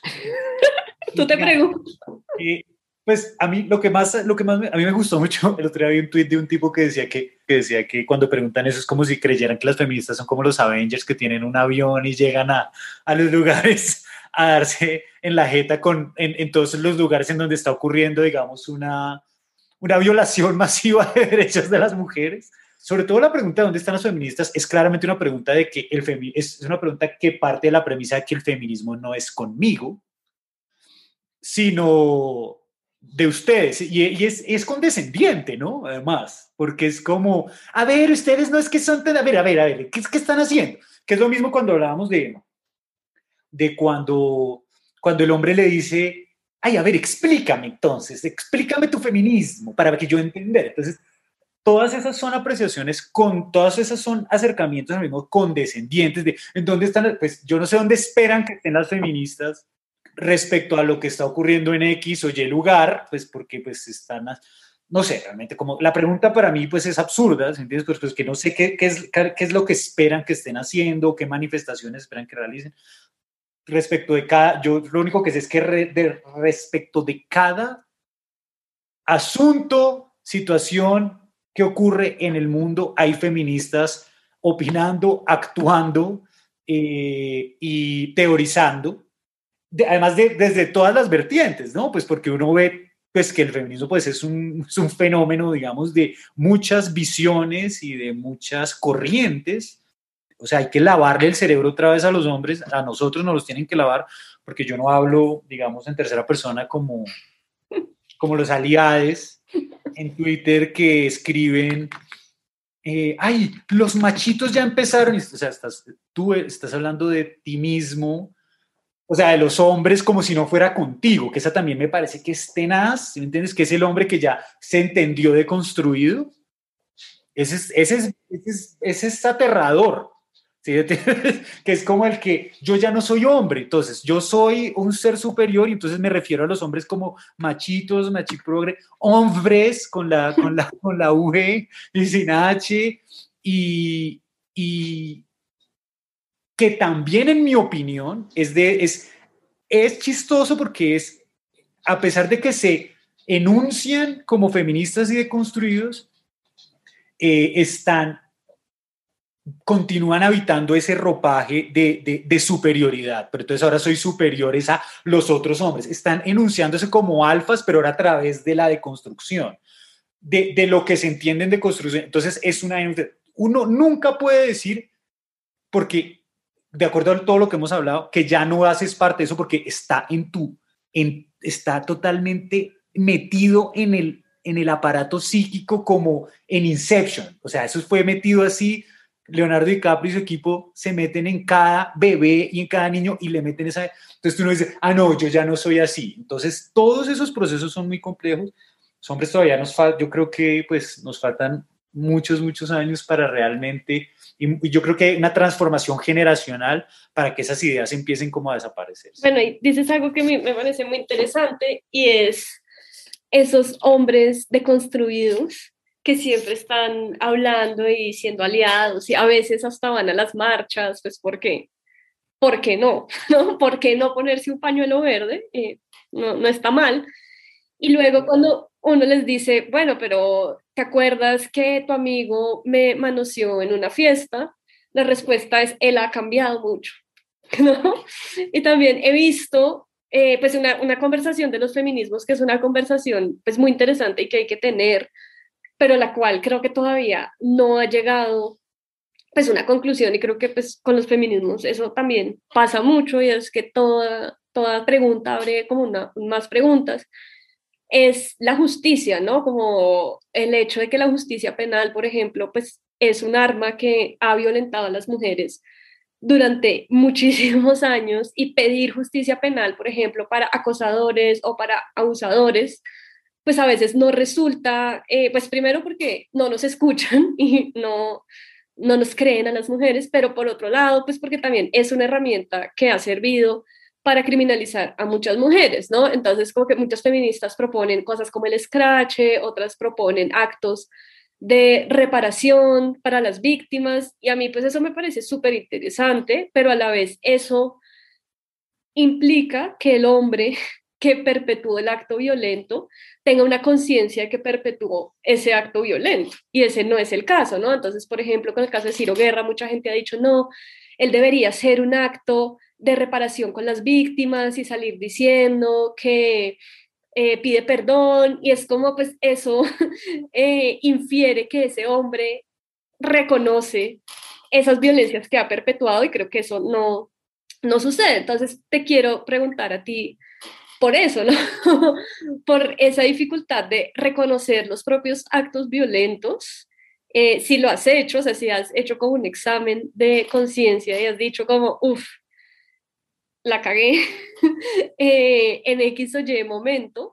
Tú te pregunto. Pues a mí a mí me gustó mucho, el otro día vi un tweet de un tipo que decía que cuando preguntan eso es como si creyeran que las feministas son como los Avengers que tienen un avión y llegan a los lugares a darse en la jeta en todos los lugares en donde está ocurriendo, digamos, una violación masiva de derechos de las mujeres. Sobre todo la pregunta de dónde están las feministas es claramente una pregunta de que es una pregunta que parte de la premisa de que el feminismo no es conmigo, sino de ustedes. Y es condescendiente, ¿no? Además, porque es como, a ver, ustedes no es que son, a ver, ¿qué es que están haciendo? Que es lo mismo cuando hablábamos de cuando el hombre le dice, ay, a ver, explícame entonces, explícame tu feminismo para que yo entienda. Entonces, todas esas son apreciaciones, todas esas son acercamientos al mismo condescendientes de en dónde están, pues yo no sé dónde esperan que estén las feministas respecto a lo que está ocurriendo en X o Y lugar, pues porque pues están, no sé, realmente como la pregunta para mí pues es absurda, ¿entiendes? Pues que no sé qué es lo que esperan que estén haciendo, qué manifestaciones esperan que realicen. Respecto de cada, yo lo único que sé es que respecto de cada asunto, situación que ocurre en el mundo, hay feministas opinando, actuando y teorizando además desde todas las vertientes, ¿no? Pues porque uno ve pues que el feminismo pues es un fenómeno, digamos, de muchas visiones y de muchas corrientes. O sea, hay que lavarle el cerebro otra vez a los hombres, a nosotros nos los tienen que lavar, porque yo no hablo, digamos, en tercera persona como los aliados en Twitter que escriben ay, los machitos ya empezaron, o sea, tú estás hablando de ti mismo, o sea, de los hombres como si no fuera contigo, que esa también me parece que es tenaz, ¿sí me entiendes? Que es el hombre que ya se entendió deconstruido. Ese es aterrador, ¿sí? Que es como el que yo ya no soy hombre, entonces yo soy un ser superior y entonces me refiero a los hombres como machitos, machiprogre, hombres con la V y sin H y que también en mi opinión es chistoso porque a pesar de que se enuncian como feministas y deconstruidos, continúan habitando ese ropaje de superioridad, pero entonces ahora soy superiores a los otros hombres. Están enunciándose como alfas, pero ahora a través de la deconstrucción, de lo que se entienden de construcción. Entonces uno nunca puede decir, porque de acuerdo a todo lo que hemos hablado, que ya no haces parte de eso porque está totalmente metido en el aparato psíquico como en Inception. O sea, eso fue metido así. Leonardo DiCaprio y su equipo se meten en cada bebé y en cada niño y le meten esa... Entonces tú no dices, no, yo ya no soy así. Entonces todos esos procesos son muy complejos. Los hombres todavía yo creo que pues nos faltan muchos años para realmente, y yo creo que hay una transformación generacional para que esas ideas empiecen como a desaparecer. Bueno, y dices algo que me parece muy interesante y es esos hombres deconstruidos que siempre están hablando y siendo aliados y a veces hasta van a las marchas, pues ¿por qué? ¿Por qué no? ¿No? ¿Por qué no ponerse un pañuelo verde? No está mal. Y luego cuando uno les dice, bueno, pero ¿te acuerdas que tu amigo me manoseó en una fiesta? La respuesta es, él ha cambiado mucho, ¿no? Y también he visto, pues, una conversación de los feminismos, que es una conversación, pues, muy interesante y que hay que tener, pero la cual creo que todavía no ha llegado, pues, a una conclusión, y creo que, pues, con los feminismos eso también pasa mucho, y es que toda pregunta abre como más preguntas, es la justicia, ¿no? Como el hecho de que la justicia penal, por ejemplo, pues es un arma que ha violentado a las mujeres durante muchísimos años, y pedir justicia penal, por ejemplo, para acosadores o para abusadores, pues a veces no resulta, pues primero porque no nos escuchan y no nos creen a las mujeres, pero por otro lado, pues porque también es una herramienta que ha servido para criminalizar a muchas mujeres, ¿no? Entonces, como que muchas feministas proponen cosas como el escrache, otras proponen actos de reparación para las víctimas, y a mí pues eso me parece súper interesante, pero a la vez eso implica que el hombre que perpetuó el acto violento tenga una conciencia de que perpetuó ese acto violento, y ese no es el caso, ¿no? Entonces, por ejemplo, con el caso de Ciro Guerra, mucha gente ha dicho, no, él debería hacer un acto de reparación con las víctimas y salir diciendo que pide perdón, y es como pues eso infiere que ese hombre reconoce esas violencias que ha perpetuado, y creo que eso no sucede. Entonces te quiero preguntar a ti por eso, ¿no? Por esa dificultad de reconocer los propios actos violentos, si lo has hecho, o sea, si has hecho como un examen de conciencia y has dicho como, uff, la cagué en X o Y momento.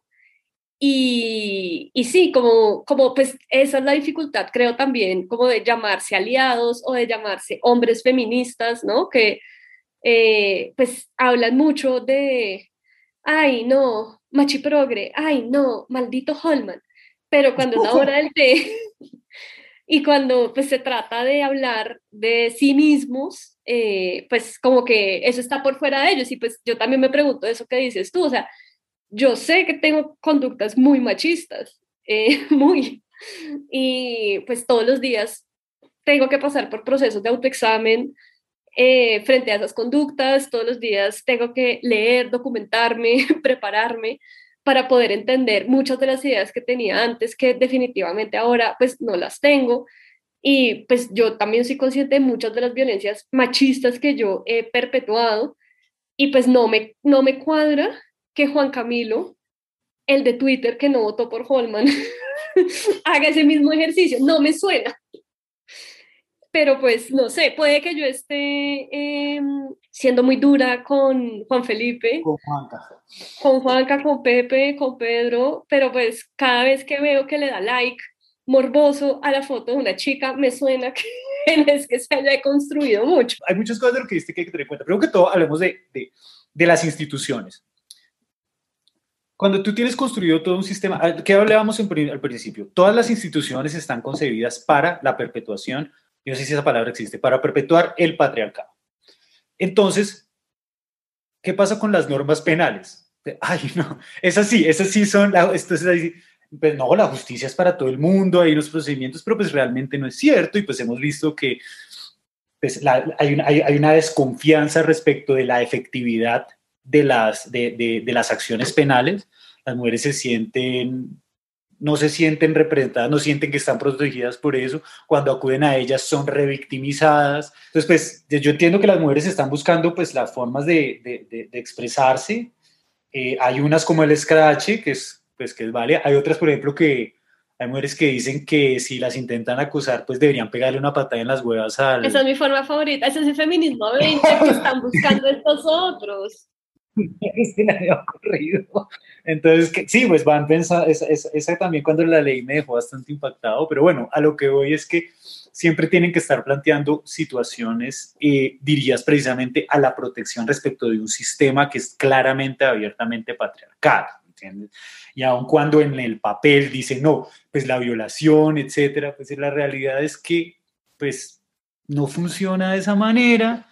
Y sí, como pues esa es la dificultad, creo también, como de llamarse aliados o de llamarse hombres feministas, ¿no? Que pues hablan mucho de, ay, no, machiprogre, ay, no, maldito Holman, pero cuando es la hora del té y cuando pues se trata de hablar de sí mismos, pues como que eso está por fuera de ellos, y pues yo también me pregunto eso que dices tú, o sea, yo sé que tengo conductas muy machistas, muy, y pues todos los días tengo que pasar por procesos de autoexamen frente a esas conductas, todos los días tengo que leer, documentarme, prepararme para poder entender muchas de las ideas que tenía antes, que definitivamente ahora pues no las tengo. Y pues yo también soy consciente de muchas de las violencias machistas que yo he perpetuado, y pues no me cuadra que Juan Camilo, el de Twitter que no votó por Holman, haga ese mismo ejercicio. No me suena. pero pues no sé, puede que yo esté siendo muy dura con Juan Felipe, Con Juanca. con Juanca, con Pepe, con Pedro, pero pues cada vez que veo que le da like morboso a la foto de una chica, me suena que no es que se haya construido mucho. Hay muchas cosas de lo que viste que hay que tener en cuenta. Primero que todo, hablemos de las instituciones. Cuando tú tienes construido todo un sistema, ¿qué hablábamos al principio? Todas las instituciones están concebidas para la perpetuación, yo no sé si esa palabra existe, para perpetuar el patriarcado. Entonces, ¿qué pasa con las normas penales? Ay, no, esas sí son, pues no, la justicia es para todo el mundo, hay unos procedimientos, pero pues realmente no es cierto y pues hemos visto que pues, hay una desconfianza respecto de la efectividad de las acciones penales. Las mujeres no se sienten representadas, no sienten que están protegidas por eso. Cuando acuden a ellas son revictimizadas. Entonces, pues yo entiendo que las mujeres están buscando pues las formas de expresarse. Hay unas como el escrache, que es vale. Hay otras, por ejemplo, que hay mujeres que dicen que si las intentan acusar, pues deberían pegarle una patada en las huevas al... Esa es mi forma favorita, ese es el feminismo 20 que están buscando estos otros. Se le había ocurrido. Entonces, sí, pues van pensando, esa también cuando la leí me dejó bastante impactado, pero bueno, a lo que voy es que siempre tienen que estar planteando situaciones dirigidas precisamente a la protección respecto de un sistema que es claramente, abiertamente patriarcal, ¿entiendes? Y aun cuando en el papel dice no, pues la violación, etcétera, pues la realidad es que pues no funciona de esa manera.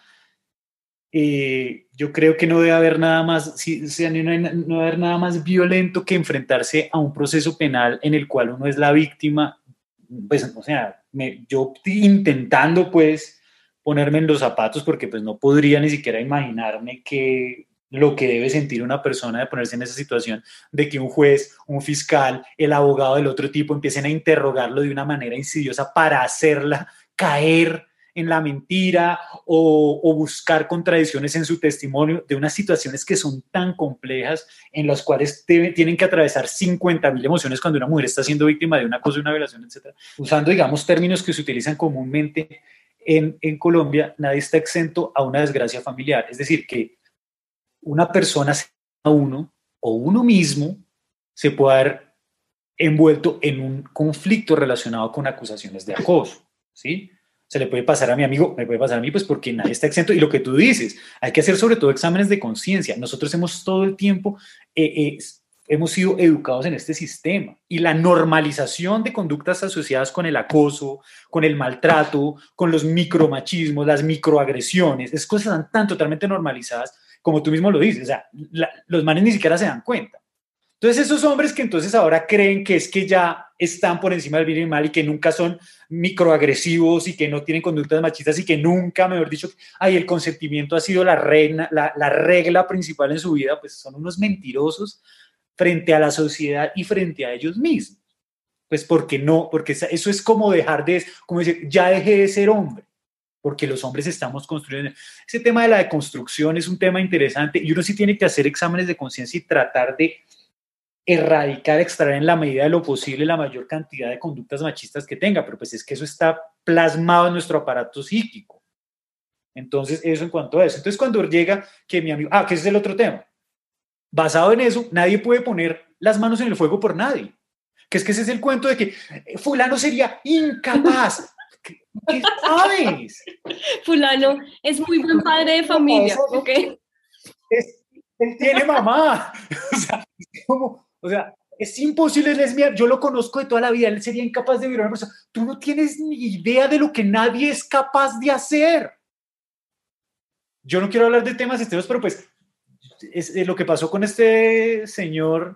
Yo creo que no debe haber nada más, no debe haber nada más violento que enfrentarse a un proceso penal en el cual uno es la víctima. Pues, o sea, yo intentando pues ponerme en los zapatos, porque pues no podría ni siquiera imaginarme que lo que debe sentir una persona de ponerse en esa situación, de que un juez, un fiscal, el abogado del otro tipo empiecen a interrogarlo de una manera insidiosa para hacerla caer en la mentira o buscar contradicciones en su testimonio de unas situaciones que son tan complejas en las cuales tienen que atravesar 50.000 emociones cuando una mujer está siendo víctima de una cosa, una violación, etc. Usando, digamos, términos que se utilizan comúnmente en Colombia, nadie está exento a una desgracia familiar. Es decir, que una persona, a uno o uno mismo, se puede haber envuelto en un conflicto relacionado con acusaciones de acoso, ¿sí? Se le puede pasar a mi amigo, me puede pasar a mí, pues porque nadie está exento. Y lo que tú dices, hay que hacer sobre todo exámenes de conciencia. Nosotros hemos todo el tiempo, hemos sido educados en este sistema. Y la normalización de conductas asociadas con el acoso, con el maltrato, con los micromachismos, las microagresiones, esas cosas están tan totalmente normalizadas, como tú mismo lo dices. O sea, los manes ni siquiera se dan cuenta. Entonces esos hombres que entonces ahora creen que es que ya están por encima del bien y el mal y que nunca son microagresivos y que no tienen conductas machistas y que nunca, mejor dicho, el consentimiento ha sido la regla principal en su vida, pues son unos mentirosos frente a la sociedad y frente a ellos mismos. Pues porque no, porque eso es como dejar de, como decir, ya dejé de ser hombre, porque los hombres estamos construyendo. Ese tema de la deconstrucción es un tema interesante y uno sí tiene que hacer exámenes de conciencia y tratar de erradicar, extraer en la medida de lo posible la mayor cantidad de conductas machistas que tenga, pero pues es que eso está plasmado en nuestro aparato psíquico. Entonces, eso en cuanto a eso. Entonces, cuando llega que mi amigo, que ese es el otro tema, basado en eso, nadie puede poner las manos en el fuego por nadie. Que es que ese es el cuento de que fulano sería incapaz. ¿Qué sabes? Fulano es muy buen padre de familia, ¿ok? Él tiene mamá. O sea, es imposible, él es yo lo conozco de toda la vida, él sería incapaz de violar a una persona. Tú no tienes ni idea de lo que nadie es capaz de hacer. Yo no quiero hablar de temas extremos, pero pues es lo que pasó con este señor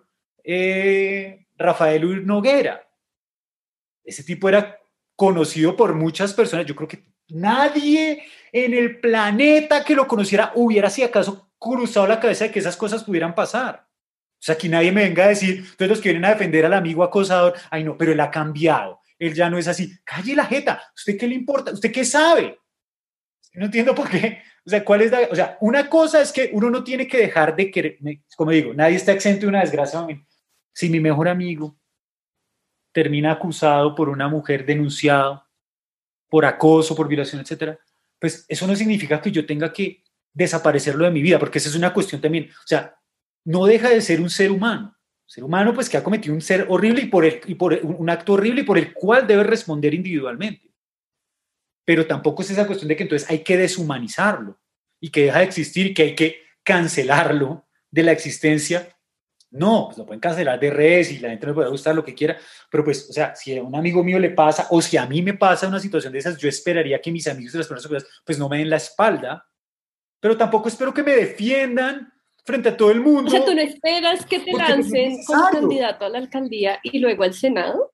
Rafael Noguera. Ese tipo era conocido por muchas personas. Yo creo que nadie en el planeta que lo conociera hubiera, si acaso, cruzado la cabeza de que esas cosas pudieran pasar. O sea, aquí nadie me venga a decir, entonces los que vienen a defender al amigo acosador, ay no, pero él ha cambiado, él ya no es así. Calle la jeta, ¿usted qué le importa? ¿Usted qué sabe? No entiendo por qué. O sea, ¿cuál es o sea, una cosa es que uno no tiene que dejar de querer, como digo, nadie está exento de una desgracia. Si mi mejor amigo termina acusado por una mujer, denunciado, por acoso, por violación, etcétera, pues eso no significa que yo tenga que desaparecerlo de mi vida, porque esa es una cuestión también, o sea, no deja de ser un ser humano. Ser humano, pues, que ha cometido un ser horrible un acto horrible y por el cual debe responder individualmente. Pero tampoco es esa cuestión de que entonces hay que deshumanizarlo y que deja de existir y que hay que cancelarlo de la existencia. No, pues lo pueden cancelar de redes y la gente no puede gustar lo que quiera, pero pues, o sea, si a un amigo mío le pasa o si a mí me pasa una situación de esas, yo esperaría que mis amigos y las personas pues no me den la espalda, pero tampoco espero que me defiendan frente a todo el mundo. O sea, ¿tú no esperas que te lancen como candidato a la alcaldía y luego al Senado?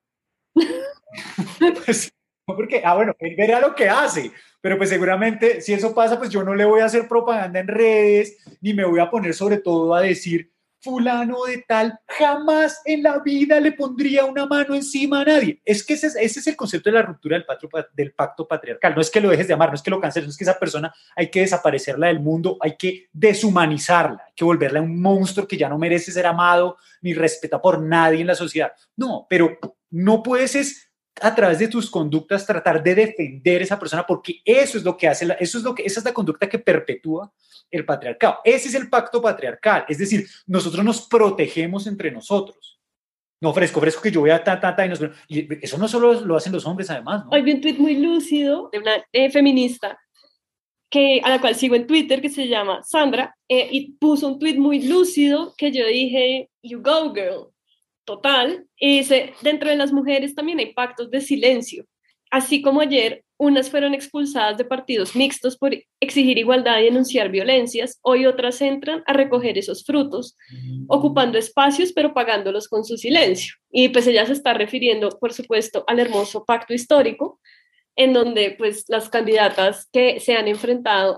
Pues, no, porque, bueno, él verá lo que hace, pero pues seguramente si eso pasa, pues yo no le voy a hacer propaganda en redes, ni me voy a poner sobre todo a decir, fulano de tal, jamás en la vida le pondría una mano encima a nadie. Es que ese es el concepto de la ruptura del pacto patriarcal. No es que lo dejes de amar, no es que lo canceles, no es que esa persona hay que desaparecerla del mundo, hay que deshumanizarla, hay que volverla un monstruo que ya no merece ser amado ni respeta por nadie en la sociedad. No, pero no puedes a través de tus conductas tratar de defender a esa persona, porque eso es lo que hace, esa es la conducta que perpetúa el patriarcado. Ese es el pacto patriarcal, es decir, nosotros nos protegemos entre nosotros. No, fresco que yo voy a y eso no solo lo hacen los hombres, además, ¿no? Hoy vi un tuit muy lúcido de una feminista a la cual sigo en Twitter, que se llama Sandra, y puso un tuit muy lúcido que yo dije, you go girl, total, y dice, dentro de las mujeres también hay pactos de silencio, así como ayer unas fueron expulsadas de partidos mixtos por exigir igualdad y denunciar violencias, hoy otras entran a recoger esos frutos, ocupando espacios pero pagándolos con su silencio. Y pues ella se está refiriendo, por supuesto, al hermoso pacto histórico, en donde pues las candidatas que se han enfrentado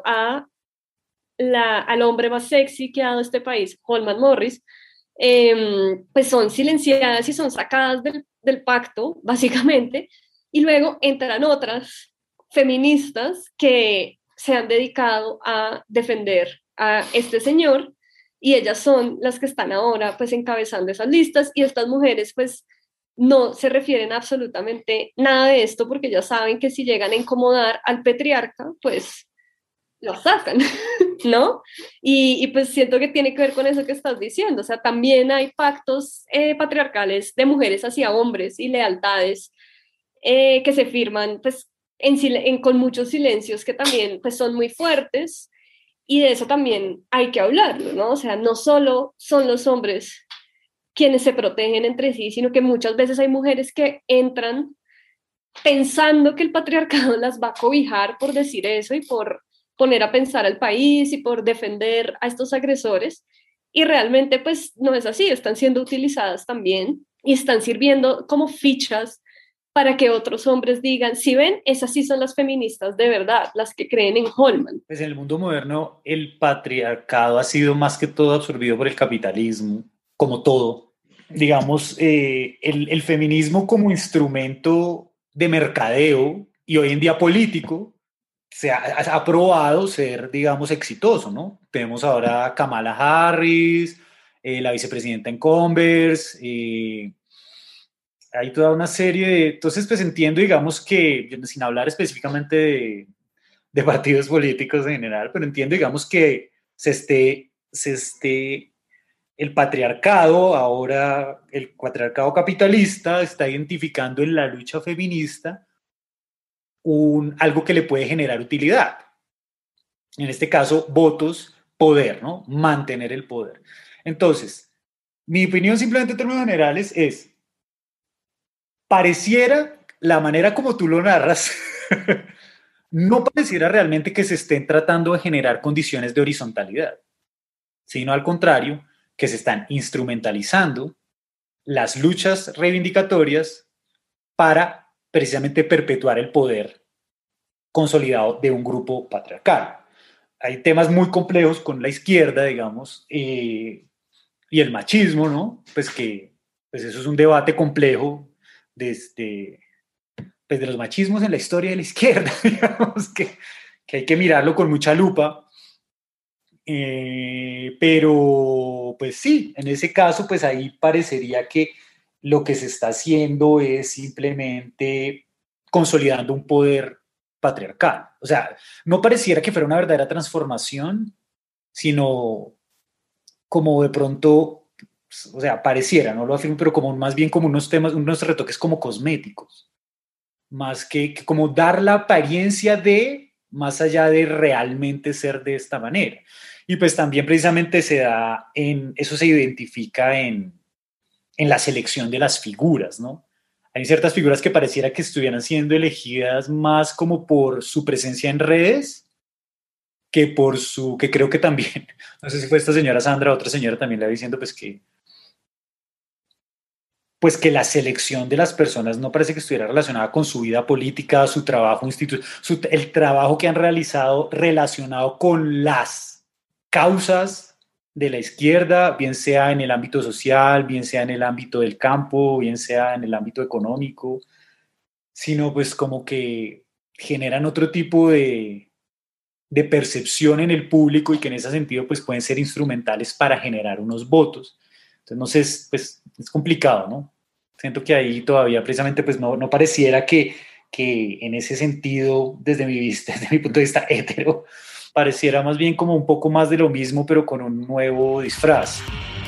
al hombre más sexy que ha dado este país, Holman Morris, pues son silenciadas y son sacadas del pacto, básicamente, y luego entran otras feministas que se han dedicado a defender a este señor, y ellas son las que están ahora pues encabezando esas listas, y estas mujeres pues no se refieren a absolutamente nada de esto, porque ya saben que si llegan a incomodar al patriarca, pues lo sacan, ¿no? Y pues siento que tiene que ver con eso que estás diciendo, o sea, también hay pactos patriarcales de mujeres hacia hombres y lealtades que se firman pues con muchos silencios que también pues son muy fuertes, y de eso también hay que hablarlo, ¿no? O sea, no solo son los hombres quienes se protegen entre sí, sino que muchas veces hay mujeres que entran pensando que el patriarcado las va a cobijar por decir eso y por poner a pensar al país y por defender a estos agresores, y realmente pues no es así, están siendo utilizadas también y están sirviendo como fichas para que otros hombres digan, si ven, esas sí son las feministas de verdad, las que creen en Holman. Pues en el mundo moderno el patriarcado ha sido más que todo absorbido por el capitalismo, como todo. Digamos, el feminismo como instrumento de mercadeo y hoy en día político ha probado ser, digamos, exitoso, ¿no? Tenemos ahora a Kamala Harris, la vicepresidenta en Converse, hay toda una serie de... Entonces, pues entiendo, digamos, que, sin hablar específicamente de partidos políticos en general, pero entiendo, digamos, que el patriarcado, ahora el patriarcado capitalista, está identificando en la lucha feminista algo que le puede generar utilidad. En este caso, votos, poder, ¿no? Mantener el poder. Entonces, mi opinión simplemente en términos generales es, pareciera, la manera como tú lo narras, no pareciera realmente que se estén tratando de generar condiciones de horizontalidad, sino al contrario, que se están instrumentalizando las luchas reivindicatorias para precisamente perpetuar el poder consolidado de un grupo patriarcal. Hay temas muy complejos con la izquierda, digamos, y el machismo, ¿no? Pues que pues eso es un debate complejo desde pues de los machismos en la historia de la izquierda, digamos, que hay que mirarlo con mucha lupa. Pero pues sí, en ese caso, pues ahí parecería que lo que se está haciendo es simplemente consolidando un poder patriarcal. O sea, no pareciera que fuera una verdadera transformación, sino como de pronto, o sea, pareciera, no lo afirmo, pero como más bien como unos temas, unos retoques como cosméticos, más que como dar la apariencia de, más allá de realmente ser de esta manera. Y pues también precisamente se da eso se identifica en la selección de las figuras, ¿no? Hay ciertas figuras que pareciera que estuvieran siendo elegidas más como por su presencia en redes que creo que también, no sé si fue esta señora Sandra, otra señora también le va diciendo pues que la selección de las personas no parece que estuviera relacionada con su vida política, su trabajo el trabajo que han realizado relacionado con las causas de la izquierda, bien sea en el ámbito social, bien sea en el ámbito del campo, bien sea en el ámbito económico, sino pues como que generan otro tipo de percepción en el público y que en ese sentido pues pueden ser instrumentales para generar unos votos. Entonces, no sé, pues es complicado, ¿no? Siento que ahí todavía precisamente pues no pareciera que en ese sentido, desde desde mi punto de vista hetero, pareciera más bien como un poco más de lo mismo, pero con un nuevo disfraz.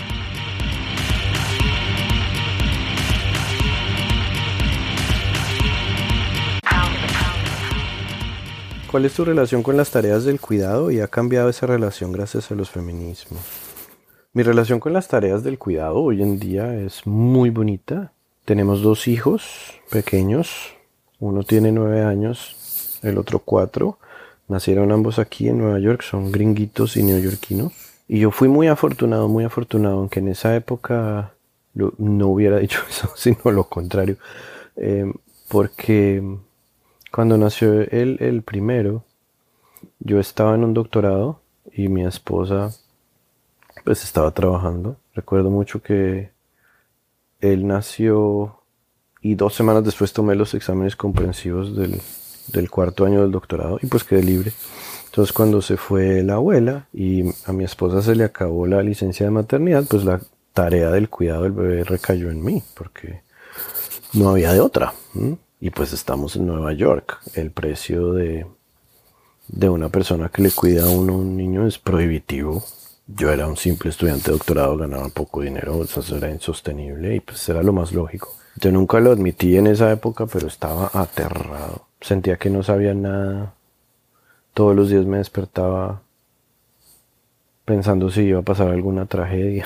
¿Cuál es tu relación con las tareas del cuidado y ha cambiado esa relación gracias a los feminismos? Mi relación con las tareas del cuidado hoy en día es muy bonita. Tenemos 2 hijos pequeños. Uno tiene 9 años, el otro 4. Nacieron ambos aquí en Nueva York, son gringuitos y neoyorquinos. Y yo fui muy afortunado, aunque en esa época no hubiera dicho eso, sino lo contrario. Porque cuando nació el primero, yo estaba en un doctorado y mi esposa pues estaba trabajando. Recuerdo mucho que él nació y 2 semanas después tomé los exámenes comprensivos del 4º año del doctorado y pues quedé libre. Entonces cuando se fue la abuela y a mi esposa se le acabó la licencia de maternidad, pues la tarea del cuidado del bebé recayó en mí porque no había de otra. Y pues estamos en Nueva York. El precio de una persona que le cuida a uno un niño es prohibitivo. Yo era un simple estudiante de doctorado, ganaba poco dinero, eso era insostenible y pues era lo más lógico. Yo nunca lo admití en esa época, pero estaba aterrado. Sentía que no sabía nada. Todos los días me despertaba pensando si iba a pasar alguna tragedia.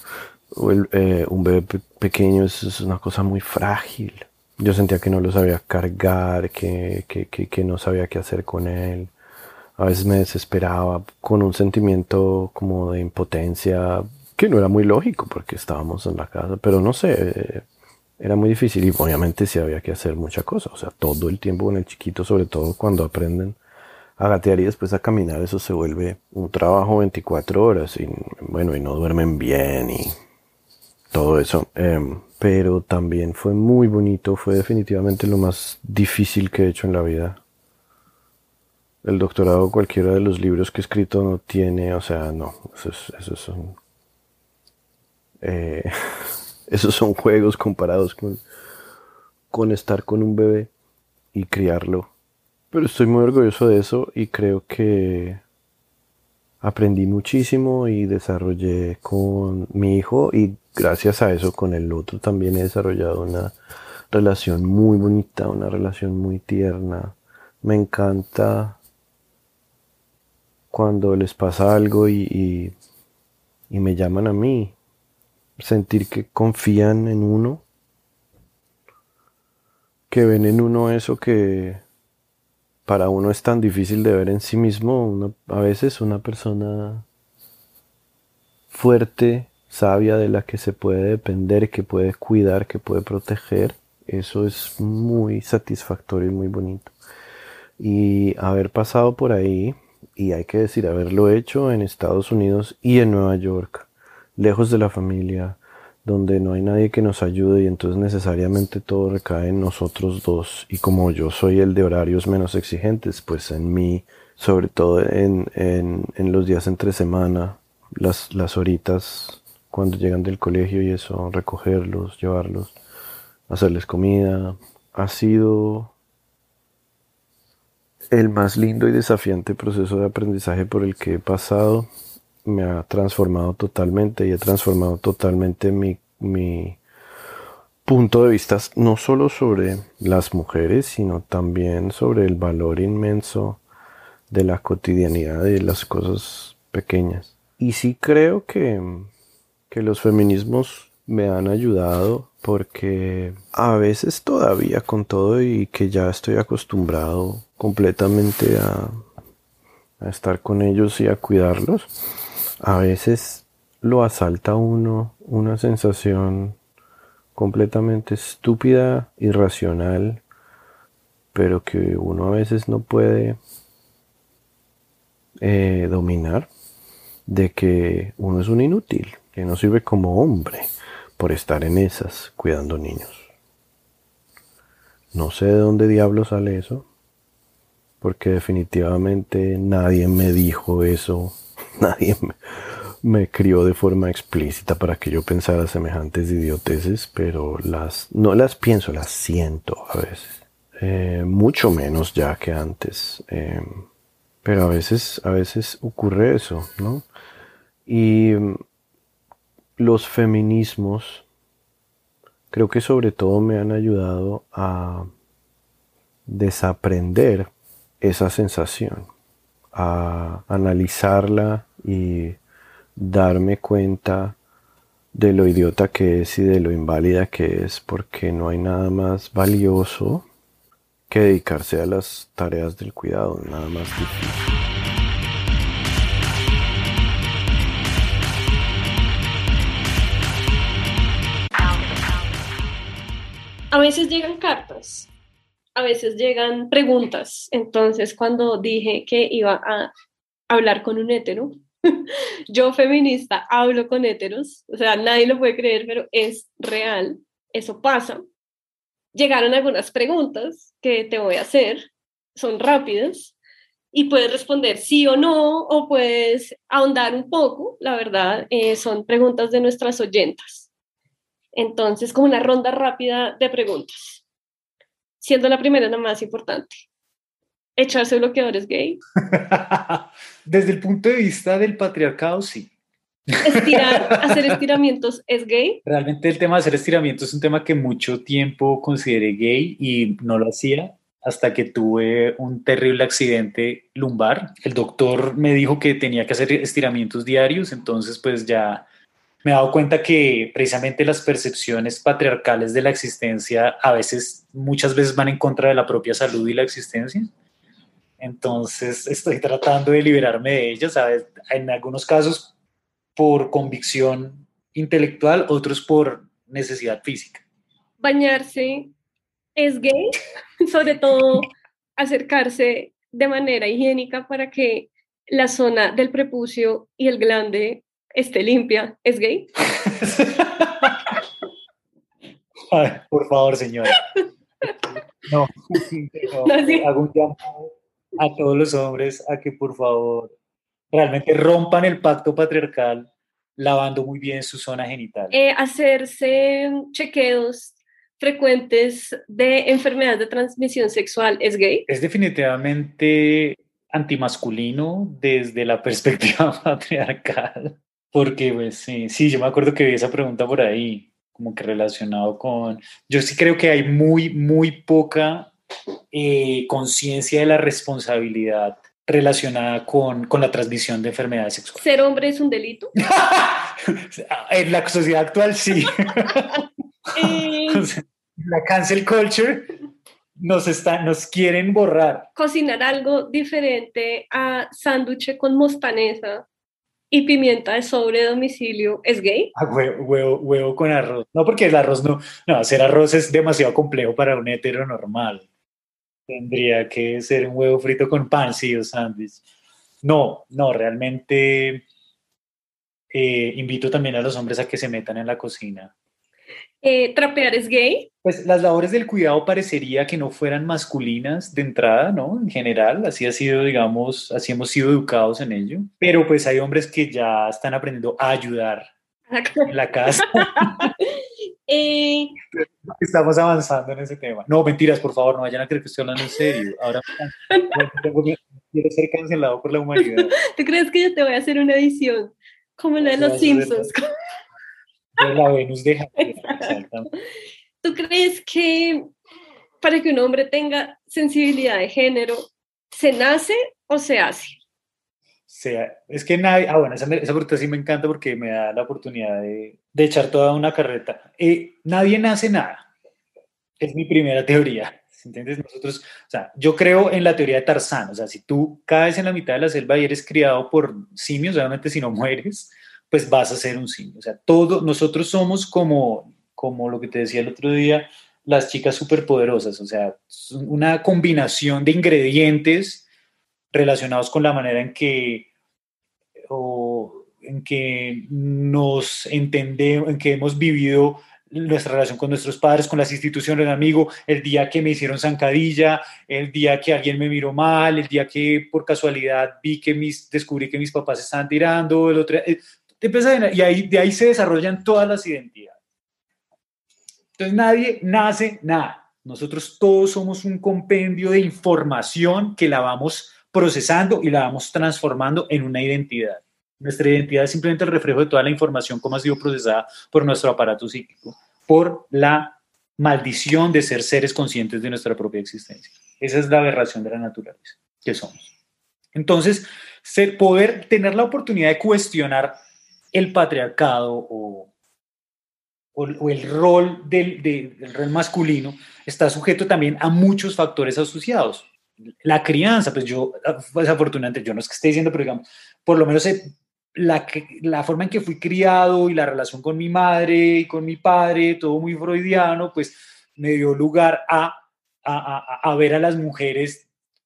Un bebé pequeño es una cosa muy frágil. Yo sentía que no lo sabía cargar, que no sabía qué hacer con él. A veces me desesperaba con un sentimiento como de impotencia, que no era muy lógico porque estábamos en la casa, pero no sé, era muy difícil y obviamente sí había que hacer muchas cosas. O sea, todo el tiempo con el chiquito, sobre todo cuando aprenden a gatear y después a caminar, eso se vuelve un trabajo 24 horas y bueno, y no duermen bien y todo eso. Pero también fue muy bonito, fue definitivamente lo más difícil que he hecho en la vida. El doctorado, cualquiera de los libros que he escrito no tiene, o sea, no, esos son esos son juegos comparados con estar con un bebé y criarlo. Pero estoy muy orgulloso de eso y creo que aprendí muchísimo y desarrollé con mi hijo y gracias a eso con el otro también he desarrollado una relación muy bonita, una relación muy tierna. Me encanta cuando les pasa algo y me llaman a mí, sentir que confían en uno, que ven en uno eso que para uno es tan difícil de ver en sí mismo. A veces una persona fuerte, sabia, de la que se puede depender, que puede cuidar, que puede proteger, eso es muy satisfactorio y muy bonito. Y haber pasado por ahí, y hay que decir, haberlo hecho en Estados Unidos y en Nueva York, lejos de la familia, donde no hay nadie que nos ayude y entonces necesariamente todo recae en nosotros dos. Y como yo soy el de horarios menos exigentes, pues en mí, sobre todo en los días entre semana, las horitas cuando llegan del colegio y eso, recogerlos, llevarlos, hacerles comida, ha sido El más lindo y desafiante proceso de aprendizaje por el que he pasado me ha transformado totalmente y he transformado totalmente mi punto de vista, no solo sobre las mujeres, sino también sobre el valor inmenso de la cotidianidad y de las cosas pequeñas. Y sí creo que los feminismos me han ayudado porque a veces todavía con todo y que ya estoy acostumbrado completamente a estar con ellos y a cuidarlos, a veces lo asalta a uno una sensación completamente estúpida, irracional, pero que uno a veces no puede dominar, de que uno es un inútil, que no sirve como hombre por estar en esas cuidando niños. No sé de dónde diablos sale eso, porque definitivamente nadie me dijo eso, nadie me crió de forma explícita para que yo pensara semejantes idioteces, pero no las pienso, las siento a veces. Mucho menos ya que antes. Pero a veces ocurre eso, ¿no? Y los feminismos creo que sobre todo me han ayudado a desaprender esa sensación, a analizarla y darme cuenta de lo idiota que es y de lo inválida que es, porque no hay nada más valioso que dedicarse a las tareas del cuidado, nada más difícil. A veces llegan cartas, a veces llegan preguntas. Entonces, cuando dije que iba a hablar con un hétero, yo feminista hablo con héteros, o sea, nadie lo puede creer, pero es real, eso pasa. Llegaron algunas preguntas que te voy a hacer, son rápidas, y puedes responder sí o no, o puedes ahondar un poco, la verdad, son preguntas de nuestras oyentas. Entonces, como una ronda rápida de preguntas, siendo la primera la más importante. ¿Echarse bloqueadores gay? Desde el punto de vista del patriarcado, sí. ¿Hacer estiramientos es gay? Realmente el tema de hacer estiramientos es un tema que mucho tiempo consideré gay y no lo hacía hasta que tuve un terrible accidente lumbar. El doctor me dijo que tenía que hacer estiramientos diarios, entonces pues ya me he dado cuenta que precisamente las percepciones patriarcales de la existencia muchas veces van en contra de la propia salud y la existencia. Entonces estoy tratando de liberarme de ellas, ¿sabes? En algunos casos por convicción intelectual, otros por necesidad física. ¿Bañarse es gay? Sobre todo acercarse de manera higiénica para que la zona del prepucio y el glande esté limpia. ¿Es gay? Ay, por favor, señora. No, No, sí. hago un llamado a todos los hombres a que por favor realmente rompan el pacto patriarcal lavando muy bien su zona genital. Hacerse chequeos frecuentes de enfermedades de transmisión sexual es gay. Es definitivamente antimasculino desde la perspectiva patriarcal, porque pues sí, yo me acuerdo que vi esa pregunta por ahí, como que relacionado con... Yo sí creo que hay muy poca conciencia de la responsabilidad relacionada con la transmisión de enfermedades sexuales. ¿Ser hombre es un delito? En la sociedad actual sí. La cancel culture nos quieren borrar. Cocinar algo diferente a sándwich con mostanesa y pimienta de sobre domicilio es gay. Huevo con arroz. No, porque el arroz no, hacer arroz es demasiado complejo para un hetero normal. Tendría que ser un huevo frito con pan, sí, o sándwich. No, realmente invito también a los hombres a que se metan en la cocina. ¿Trapear es gay? Pues las labores del cuidado parecería que no fueran masculinas de entrada, ¿no? En general, así ha sido, digamos, así hemos sido educados en ello. Pero pues hay hombres que ya están aprendiendo a ayudar en la casa. Estamos avanzando en ese tema. No, mentiras, por favor, no vayan a creer que estoy hablando en serio. Ahora quiero ser cancelado por la humanidad. ¿Tú crees que yo te voy a hacer una edición como la de los Simpsons? De la Venus de exactamente. ¿Tú crees que para que un hombre tenga sensibilidad de género, se nace o se hace? Es que nadie, bueno, esa pregunta sí me encanta porque me da la oportunidad de echar toda una carreta. Nadie nace nada, es mi primera teoría, ¿entiendes? Nosotros, o sea, yo creo en la teoría de Tarzán, o sea, si tú caes en la mitad de la selva y eres criado por simios, obviamente si no mueres, pues vas a ser un simio, o sea, nosotros somos como lo que te decía el otro día, las chicas superpoderosas, o sea, una combinación de ingredientes relacionados con la manera en que nos entendemos, en que hemos vivido nuestra relación con nuestros padres, con las instituciones de amigos, el día que me hicieron zancadilla, el día que alguien me miró mal, el día que por casualidad descubrí que mis papás estaban tirando, el otro y de ahí se desarrollan todas las identidades. Entonces nadie nace nada. Nosotros todos somos un compendio de información que la vamos procesando y la vamos transformando en una identidad. Nuestra identidad es simplemente el reflejo de toda la información como ha sido procesada por nuestro aparato psíquico, por la maldición de ser seres conscientes de nuestra propia existencia. Esa es la aberración de la naturaleza que somos. Entonces, poder tener la oportunidad de cuestionar el patriarcado o el rol del rol masculino está sujeto también a muchos factores asociados. La crianza, pues yo, desafortunadamente, yo no es que esté diciendo, pero digamos, por lo menos la forma en que fui criado y la relación con mi madre y con mi padre, todo muy freudiano, pues me dio lugar a ver a las mujeres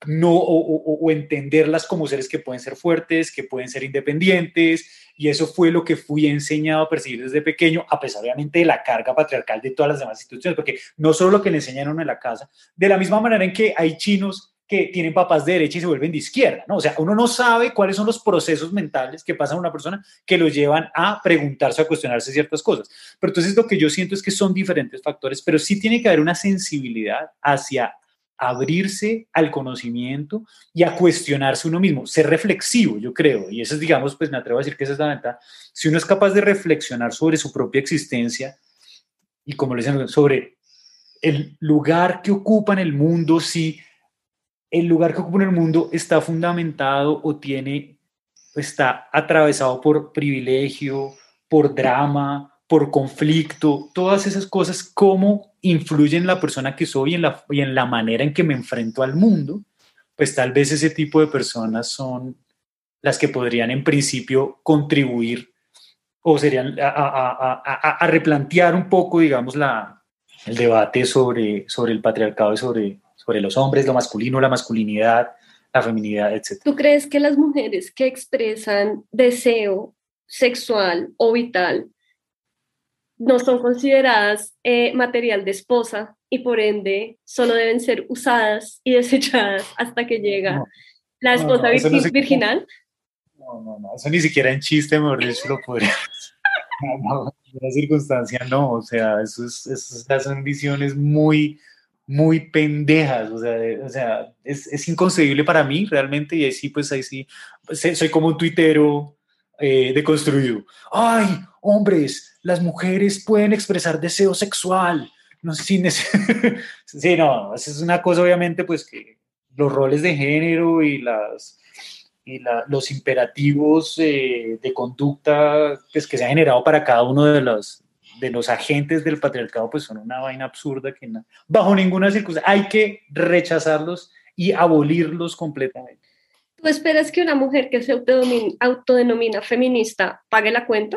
o entenderlas como seres que pueden ser fuertes, que pueden ser independientes, y eso fue lo que fui enseñado a percibir desde pequeño, a pesar obviamente de la carga patriarcal de todas las demás instituciones, porque no solo lo que le enseñaron en la casa, de la misma manera en que hay chinos que tienen papás de derecha y se vuelven de izquierda, ¿no? O sea, uno no sabe cuáles son los procesos mentales que pasan a una persona que lo llevan a preguntarse, a cuestionarse ciertas cosas. Pero entonces lo que yo siento es que son diferentes factores, pero sí tiene que haber una sensibilidad hacia abrirse al conocimiento y a cuestionarse uno mismo, ser reflexivo, yo creo, y eso es, digamos, pues me atrevo a decir que esa es la ventaja. Si uno es capaz de reflexionar sobre su propia existencia y, como le dicen, sobre el lugar que ocupa en el mundo, si el lugar que ocupa en el mundo está fundamentado o está atravesado por privilegio, por drama, por conflicto, todas esas cosas, cómo influyen en la persona que soy y en la manera en que me enfrento al mundo, pues tal vez ese tipo de personas son las que podrían en principio contribuir o serían a replantear un poco, digamos, el debate sobre el patriarcado y sobre los hombres, lo masculino, la masculinidad, la feminidad, etc. ¿Tú crees que las mujeres que expresan deseo sexual o vital no son consideradas material de esposa y por ende solo deben ser usadas y desechadas hasta que llega la esposa virginal? No, eso ni siquiera en chiste, mejor dicho, lo podría. No, en una circunstancia no, o sea, esas son visiones muy, muy pendejas, o sea, es inconcebible para mí realmente, y ahí sí, pues soy como un tuitero deconstruido. ¡Ay, hombres! Las mujeres pueden expresar deseo sexual, no sé si sí, no, es una cosa obviamente, pues que los roles de género y los imperativos de conducta pues, que se ha generado para cada uno de los agentes del patriarcado pues son una vaina absurda que bajo ninguna circunstancia hay que rechazarlos y abolirlos completamente. ¿Tú esperas que una mujer que se autodenomina feminista pague la cuenta?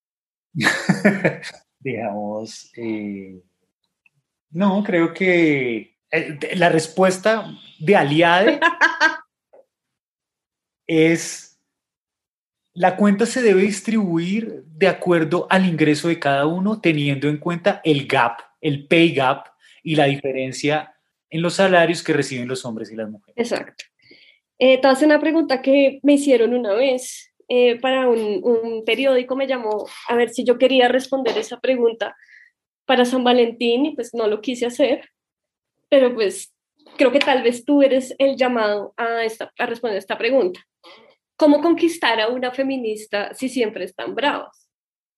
Digamos, no, creo que la respuesta de Aliade es: la cuenta se debe distribuir de acuerdo al ingreso de cada uno, teniendo en cuenta el gap, el pay gap y la diferencia en los salarios que reciben los hombres y las mujeres. Exacto. Te hace una pregunta que me hicieron una vez para un periódico, me llamó a ver si yo quería responder esa pregunta. para San Valentín y pues no lo quise hacer, pero pues creo que tal vez tú eres el llamado a responder esta pregunta. ¿Cómo conquistar a una feminista si siempre están bravas?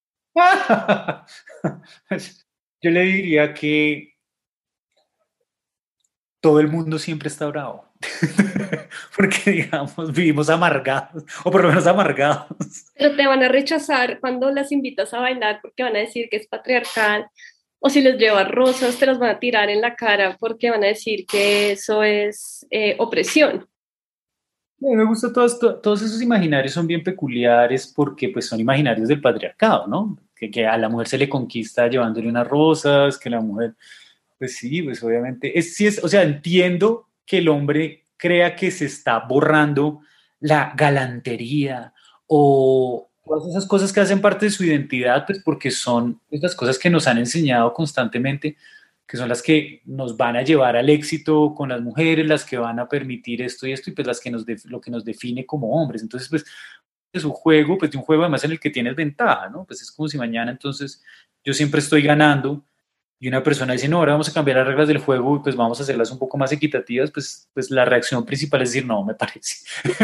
Yo le diría que todo el mundo siempre está bravo. Porque, digamos, vivimos amargados, o por lo menos amargados. Pero te van a rechazar cuando las invitas a bailar porque van a decir que es patriarcal, o si les llevas rosas te las van a tirar en la cara porque van a decir que eso es opresión. A mí me gusta todos esos imaginarios, son bien peculiares porque pues son imaginarios del patriarcado, ¿no? Que a la mujer se le conquista llevándole unas rosas, que la mujer, pues sí, pues obviamente, o sea, entiendo que el hombre crea que se está borrando la galantería o todas esas cosas que hacen parte de su identidad, pues porque son esas cosas que nos han enseñado constantemente, que son las que nos van a llevar al éxito con las mujeres, las que van a permitir esto y esto, y pues las que lo que nos define como hombres. Entonces, pues, es un juego, pues de un juego además en el que tienes ventaja, ¿no? Pues es como si mañana entonces yo siempre estoy ganando y una persona dice, no, ahora vamos a cambiar las reglas del juego y pues vamos a hacerlas un poco más equitativas, pues la reacción principal es decir, no, me parece.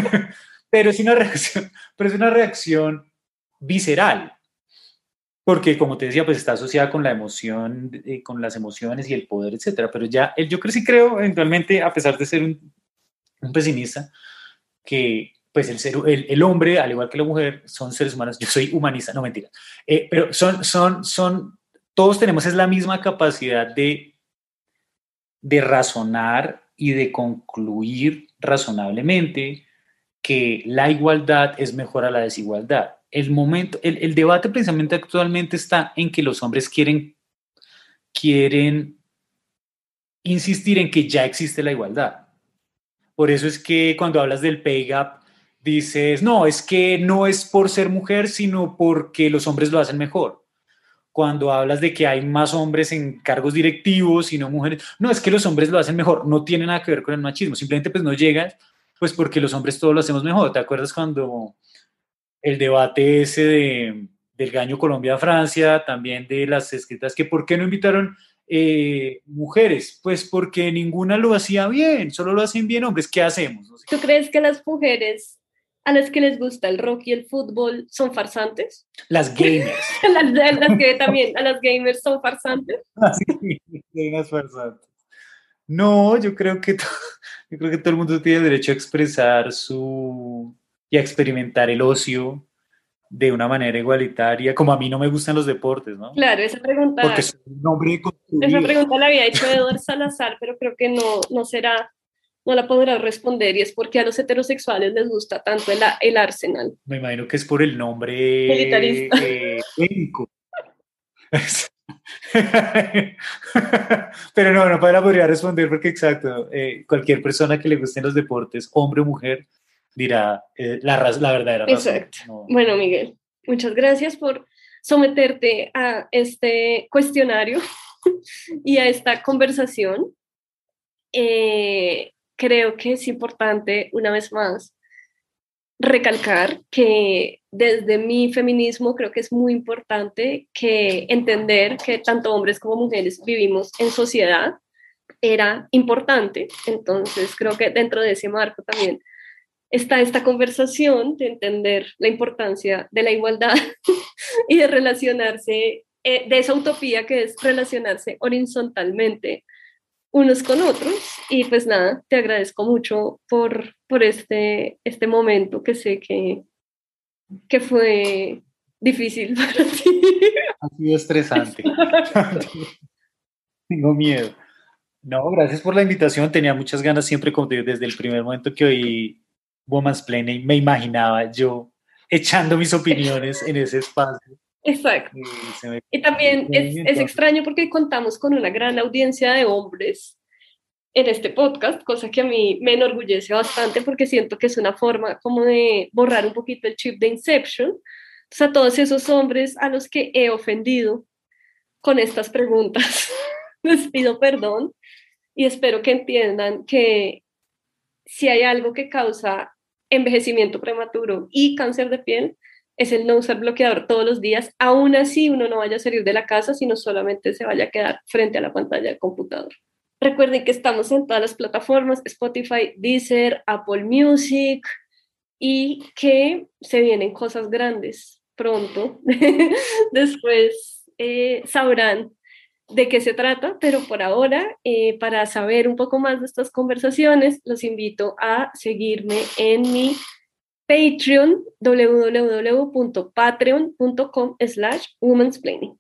Pero es una reacción visceral, porque como te decía, pues está asociada con la emoción, con las emociones y el poder, etcétera. Pero ya, yo creo eventualmente, a pesar de ser un pesimista, que pues el hombre, al igual que la mujer, son seres humanos. Yo soy humanista, no mentira. Pero todos tenemos es la misma capacidad de razonar y de concluir razonablemente que la igualdad es mejor a la desigualdad. El debate precisamente actualmente está en que los hombres quieren insistir en que ya existe la igualdad. Por eso es que cuando hablas del pay gap, dices, no, es que no es por ser mujer, sino porque los hombres lo hacen mejor. Cuando hablas de que hay más hombres en cargos directivos y no mujeres, no, es que los hombres lo hacen mejor, no tiene nada que ver con el machismo, simplemente pues no llegas, pues porque los hombres todos lo hacemos mejor. ¿Te acuerdas cuando el debate ese del Gaño Colombia-Francia, también de las escritas, que por qué no invitaron mujeres? Pues porque ninguna lo hacía bien, solo lo hacen bien hombres, ¿qué hacemos? No sé. ¿Tú crees que las mujeres a las que les gusta el rock y el fútbol son farsantes? Las gamers. las que también a las gamers son farsantes. Sí, unas farsantes. No, yo creo que todo el mundo tiene derecho a expresar y a experimentar el ocio de una manera igualitaria, como a mí no me gustan los deportes, ¿no? Claro, Porque soy un hombre esa pregunta la había hecho Eduardo Salazar, pero creo que no la podrá responder, y es porque a los heterosexuales les gusta tanto el Arsenal. Me imagino que es por el nombre militarista. Épico. Pero no podría responder porque exacto, cualquier persona que le gusten los deportes, hombre o mujer, dirá la verdadera razón. Exacto. No. Bueno, Miguel, muchas gracias por someterte a este cuestionario y a esta conversación. Creo que es importante, una vez más, recalcar que desde mi feminismo creo que es muy importante que entender que tanto hombres como mujeres vivimos en sociedad era importante. Entonces creo que dentro de ese marco también está esta conversación de entender la importancia de la igualdad y de relacionarse, de esa utopía que es relacionarse horizontalmente unos con otros. Y pues nada, te agradezco mucho por este momento que sé que fue difícil para ti. Ha sido estresante. Tengo miedo. No, gracias por la invitación. Tenía muchas ganas siempre, como desde el primer momento que oí Woman's Planning, me imaginaba yo echando mis opiniones en ese espacio. Exacto. Y también es extraño porque contamos con una gran audiencia de hombres en este podcast, cosa que a mí me enorgullece bastante porque siento que es una forma como de borrar un poquito el chip de Inception. O sea, todos esos hombres a los que he ofendido con estas preguntas, les pido perdón y espero que entiendan que si hay algo que causa envejecimiento prematuro y cáncer de piel, es el no usar bloqueador todos los días, aún así uno no vaya a salir de la casa, sino solamente se vaya a quedar frente a la pantalla del computador. Recuerden que estamos en todas las plataformas, Spotify, Deezer, Apple Music, y que se vienen cosas grandes pronto. Después sabrán de qué se trata, pero por ahora, para saber un poco más de estas conversaciones, los invito a seguirme en mi Patreon, www.patreon.com/womansplaining.